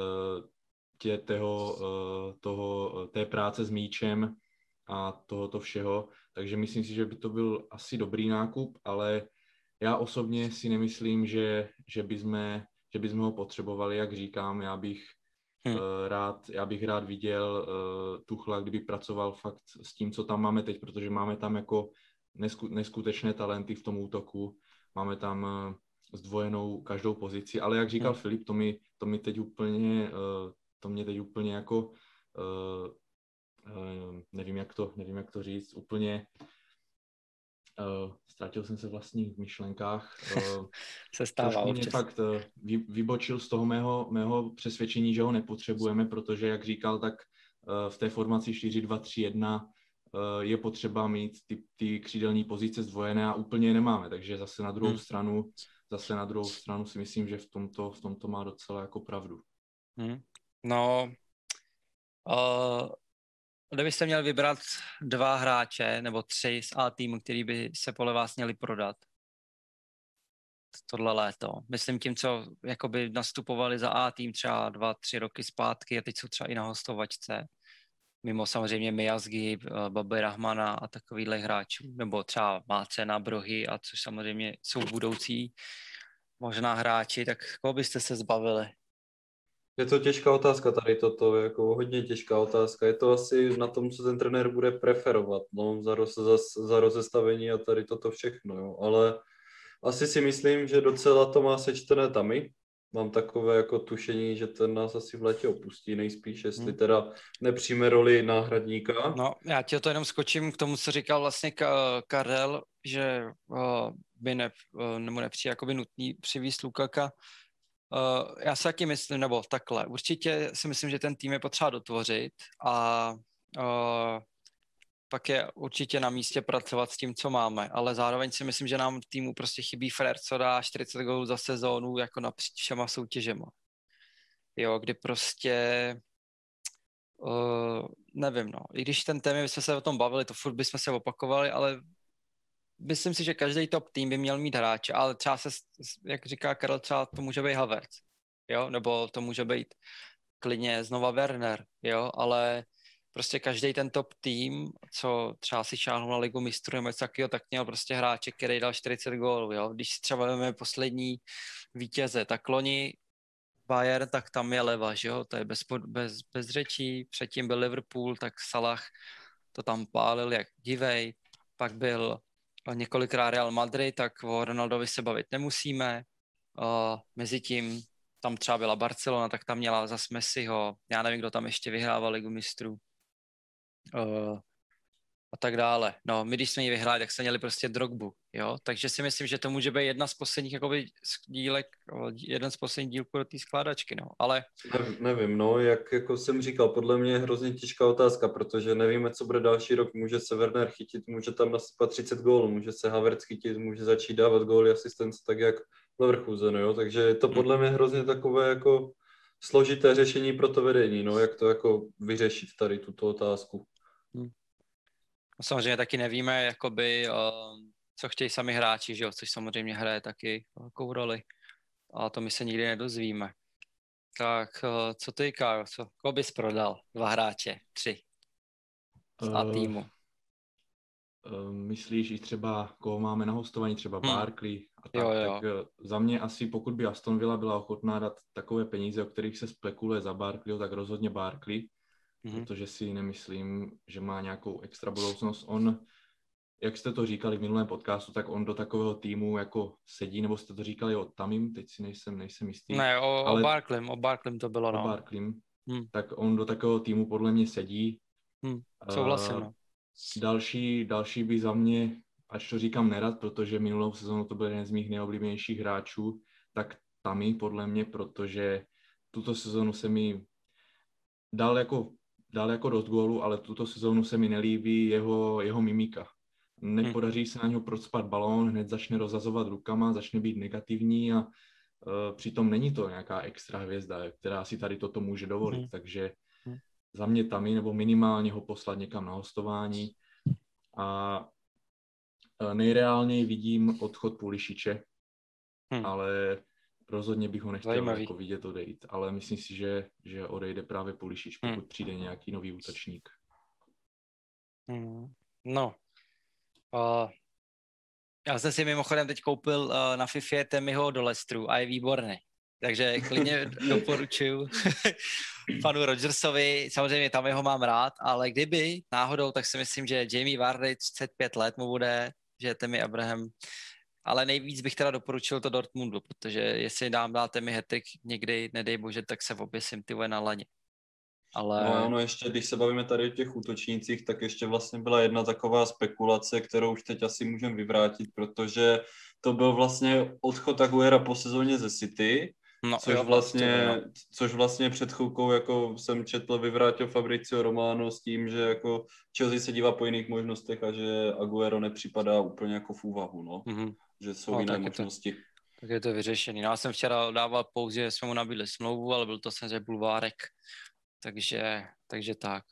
té práce s míčem a tohoto všeho. Takže myslím si, že by to byl asi dobrý nákup, ale já osobně si nemyslím, že bychom ho potřebovali, jak říkám, já bych rád viděl Tuchla, kdyby pracoval fakt s tím, co tam máme teď, protože máme tam jako neskutečné talenty v tom útoku, máme tam zdvojenou každou pozici, ale jak říkal Filip, to mě teď úplně jako nevím, jak to říct, úplně ztratil jsem se v vlastních myšlenkách. Se stává mě fakt vybočil z toho mého přesvědčení, že ho nepotřebujeme, protože, jak říkal, tak v té formaci 4-2-3-1 je potřeba mít ty křídelní pozice zdvojené a úplně je nemáme, takže zase na druhou stranu si myslím, že v tomto má docela jako pravdu. No, kdybyste měl vybrat 2 hráče nebo 3 z A týmu, který by se podle vás měli prodat tohle léto. Myslím tím, co jakoby nastupovali za A tým třeba 2-3 roky zpátky a teď jsou třeba i na hostovačce. Mimo samozřejmě Miyazgi, Baby Rahmana a takovýhle hráčů. Nebo třeba Mácena, Brohy, a což samozřejmě jsou budoucí možná hráči, tak koho byste se zbavili? Je to těžká otázka tady toto, jako hodně těžká otázka. Je to asi na tom, co ten trenér bude preferovat, no, za rozestavení a tady toto všechno, jo. Ale asi si myslím, že docela to má sečtené Tami. Mám takové jako tušení, že ten nás asi v létě opustí nejspíš, jestli teda nepřijme roli náhradníka. No, já ti to jenom skočím k tomu, co říkal vlastně Karel, že by mu nepřijde jakoby nutný přivést Lukaka. Já si taky myslím, nebo takhle, určitě si myslím, že ten tým je potřeba dotvořit a pak je určitě na místě pracovat s tím, co máme, ale zároveň si myslím, že nám v týmu prostě chybí frér, co dá 40 gólů za sezónu jako napříč všema soutěžema. Jo, kdy prostě nevím, no, i když ten téma, bychom se o tom bavili, to furt bychom se opakovali, ale myslím si, že každý top tým by měl mít hráče, ale třeba jak říká Karel, třeba to může být Havertz, jo, nebo to může být klidně znova Werner, jo, ale prostě každý ten top tým, co třeba si šáhnul na Ligu mistrů nebo něco takového, tak měl prostě hráče, který dal 40 gólů, jo. Když třeba vezmeme poslední vítěze, tak loni Bayern, tak tam je Leva, že jo, to je bez řečí, předtím byl Liverpool, tak Salah to tam pálil jak divej, pak byl několikrát Real Madrid, tak o Ronaldovi se bavit nemusíme, mezitím tam třeba byla Barcelona, tak tam měla zas Messiho, já nevím, kdo tam ještě vyhrával Ligu mistrů. a tak dále. No, my když jsme ji vyhráli, tak jsme měli prostě Drogbu, jo, takže si myslím, že to může být jedna z posledních jakoby jeden z posledních dílků do té skládačky, no, ale... Nevím, no, jak jako jsem říkal, podle mě je hrozně těžká otázka, protože nevíme, co bude další rok, může se Werner chytit, může tam nasypat 30 gólů, může se Havertz chytit, může začít dávat góly, asistence, tak jak Leverkusen, jo, takže je to podle mě hrozně takové jako složité řešení pro to vedení, no, jak to jako vyřešit tady tuto otázku. Samozřejmě taky nevíme, jakoby, co chtějí sami hráči, že jo? Což samozřejmě hraje taky velkou roli. A to my se nikdy nedozvíme. Tak co ty, Kájo? Koho bys prodal? 2 hráče, 3 z A týmu. Myslíš i třeba, koho máme na hostování, třeba Barkley a tak, jo. tak za mě asi, pokud by Aston Villa byla ochotná dát takové peníze, o kterých se spekuluje za Barkleyho, tak rozhodně Barkley, protože si nemyslím, že má nějakou extra budoucnost. On, jak jste to říkali v minulém podcastu, tak on do takového týmu jako sedí, nebo jste to říkali o Tamim, teď si nejsem jistý. Ne, o Barkleym to bylo, no. O Barkleym, tak on do takového týmu podle mě sedí. Souhlasím, no. Další by za mě, ať to říkám nerad, protože minulou sezónu to byl jeden z mých nejoblíbenějších hráčů, tak Tammy podle mě, protože tuto sezónu se mi dal jako dost gólů, ale tuto sezónu se mi nelíbí jeho mimika. Nepodaří se na něho procpat balón, hned začne rozhazovat rukama, začne být negativní a přitom není to nějaká extra hvězda, která si tady toto může dovolit, takže za mě Tammy, nebo minimálně ho poslat někam na hostování. A nejreálněji vidím odchod Pulišiče, ale rozhodně bych ho nechtěl jako vidět odejít. Ale myslím si, že odejde právě Pulišič, pokud přijde nějaký nový útočník. No. Já jsem si mimochodem teď koupil na FIFA Tammyho do Leicesteru a je výborný. Takže klidně doporučuju panu Rodgersovi, samozřejmě tam jeho mám rád, ale kdyby náhodou, tak si myslím, že Jamie Vardy 35 let mu bude, že Tammy Abraham, ale nejvíc bych teda doporučil to Dortmundu, protože jestli dát Tammy hat-trick někdy, nedej bože, tak se oběsím ty na laně. Ale... No ono ještě, když se bavíme tady o těch útočnících, tak ještě vlastně byla jedna taková spekulace, kterou už teď asi můžeme vyvrátit, protože to byl vlastně odchod Aguera po sezóně ze City, což vlastně před chvilkou jako jsem četl, vyvrátil Fabrizio Romano s tím, že jako Chelsea se dívá po jiných možnostech a že Aguero nepřipadá úplně jako v úvahu, no. Že jsou jiné možnosti. Tak je to vyřešený. Já jsem včera dával pouze, že jsme mu nabídli smlouvu, ale byl to samozřejmě bulvárek. Takže tak.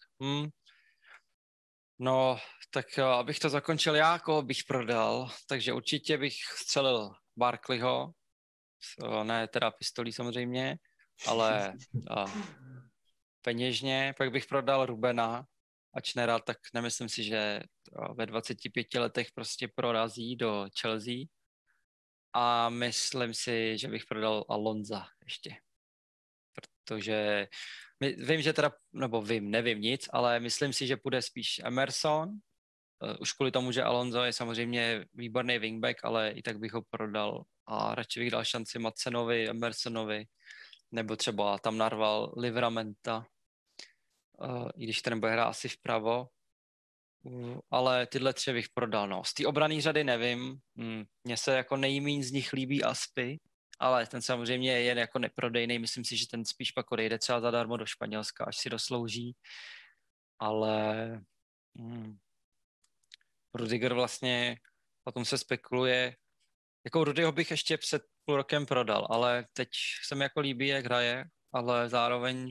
No, tak abych to zakončil já, koho bych prodal, takže určitě bych střelil Barkleyho, ne teda pistolí samozřejmě, ale peněžně, pak bych prodal Rubena, ač nerad, tak nemyslím si, že ve 25 letech prostě prorazí do Chelsea a myslím si, že bych prodal Alonza ještě, protože vím, že teda, nebo nevím nic, ale myslím si, že půjde spíš Emerson, už kvůli tomu, že Alonso je samozřejmě výborný wingback, ale i tak bych ho prodal a radši bych dal šanci Madsenovi, Emersonovi, nebo třeba tam narval Livramenta, i když ten bude hrát asi vpravo, ale tyhle 3 bych prodal, no. Z té obranné řady nevím, mně se jako nejméně z nich líbí Aspy, ale ten samozřejmě je jako neprodejný, myslím si, že ten spíš pak odejde třeba zadarmo do Španělska, až si doslouží, ale Rudiger vlastně, o tom se spekuluje, jako Rudyho bych ještě před půl rokem prodal, ale teď se mi jako líbí, jak hraje, ale zároveň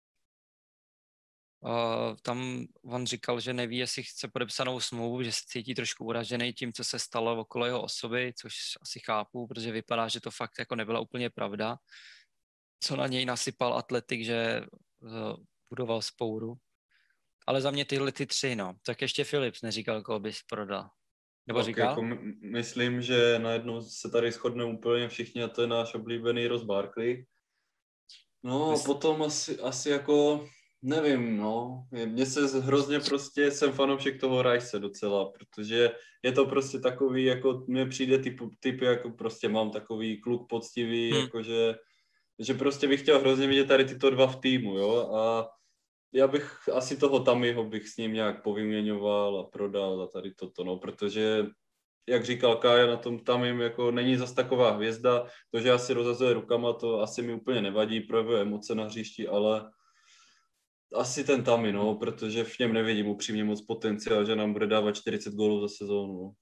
tam on říkal, že neví, jestli chce podepsanou smlouvu, že se cítí trošku uražený tím, co se stalo okolo jeho osoby, což asi chápu, protože vypadá, že to fakt jako nebyla úplně pravda, co na něj nasypal Atletik, že budoval spouru. Ale za mě tyhle 3, no. Tak ještě Philips neříkal, koho bys prodal. Nebo tak říkal? Jako myslím, že najednou se tady shodne úplně všichni a to je náš oblíbený Ross Barkley. No a potom asi jako, nevím, no. Mně se hrozně prostě, jsem fanoušek toho Rice docela, protože je to prostě takový, jako mně přijde typ jako prostě mám takový kluk poctivý, jakože že prostě bych chtěl hrozně vidět tady tyto 2 v týmu, jo, a já bych asi toho Tammyho bych s ním nějak povyměňoval a prodal a tady toto, no, protože jak říkal Kája, na tom Tammym jako není zas taková hvězda, to, že asi rozhazuje rukama, to asi mi úplně nevadí, projevuje emoce na hřišti, ale asi ten Tammy, no, protože v něm nevidím upřímně moc potenciál, že nám bude dávat 40 gólů za sezónu.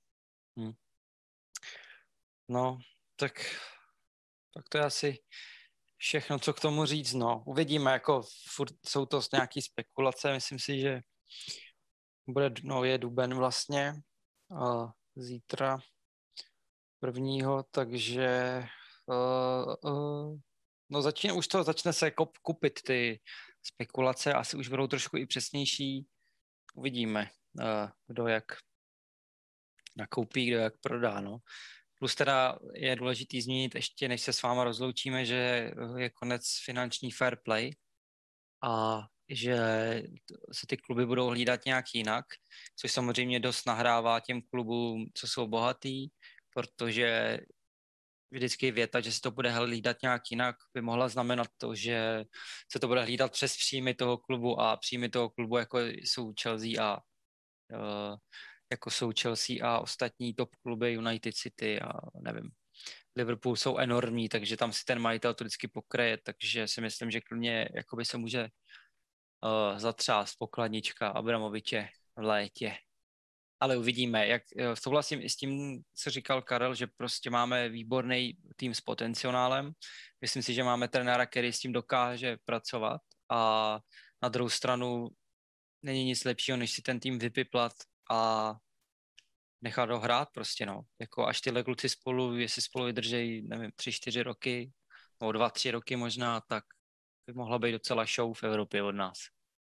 No, tak to je asi všechno, co k tomu říct, no. Uvidíme, jako furt jsou to nějaký spekulace, myslím si, že je duben vlastně zítra 1. takže začne se kupit ty spekulace, asi už budou trošku i přesnější. Uvidíme, kdo jak nakoupí, kdo jak prodá, no. Plus teda je důležitý zmínit ještě, než se s váma rozloučíme, že je konec finanční fair play a že se ty kluby budou hlídat nějak jinak, což samozřejmě dost nahrává těm klubům, co jsou bohatý, protože vždycky věta, že se to bude hlídat nějak jinak, by mohla znamenat to, že se to bude hlídat přes příjmy toho klubu a příjmy toho klubu, jako jsou Chelsea a ostatní top kluby, United City a nevím, Liverpool jsou enormní, takže tam si ten majitel to vždycky pokryje, takže si myslím, že klidně jakoby se může zatřást pokladnička Abramoviče v létě. Ale uvidíme, jak souhlasím i s tím, co říkal Karel, že prostě máme výborný tým s potenciálem. Myslím si, že máme trenéra, který s tím dokáže pracovat a na druhou stranu není nic lepšího, než si ten tým vypiplat a nechat ho hrát prostě, no. Jako až tyhle kluci jestli spolu vydržejí, nevím, 3-4 roky, nebo 2-3 roky možná, tak by mohla být docela show v Evropě od nás.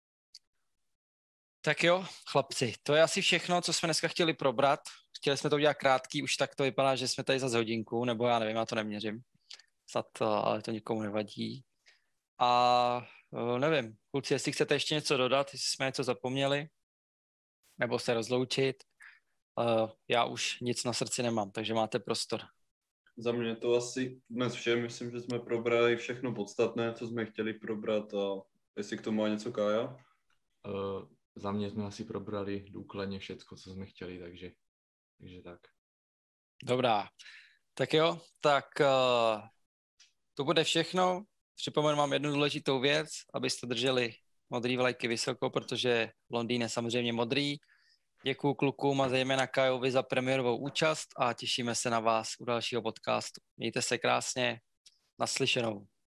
Tak jo, chlapci, to je asi všechno, co jsme dneska chtěli probrat. Chtěli jsme to udělat krátký, už tak to vypadá, že jsme tady za hodinku, nebo já nevím, já to neměřím. Ale to nikomu nevadí. A nevím, kluci, jestli chcete ještě něco dodat, jestli jsme něco zapomněli, nebo se rozloučit. Já už nic na srdci nemám, takže máte prostor. Za mě to asi dnes všem, myslím, že jsme probrali všechno podstatné, co jsme chtěli probrat a jestli k tomu má něco Kája? Za mě jsme asi probrali důkladně všecko, co jsme chtěli, takže tak. Dobrá. Tak jo, tak to bude všechno. Připomenu vám jednu důležitou věc, abyste drželi modrý vlajky vysoko, protože Londýn je samozřejmě modrý. Děkuju klukům a zejména Kajovi za premiérovou účast a těšíme se na vás u dalšího podcastu. Mějte se krásně, naslyšenou.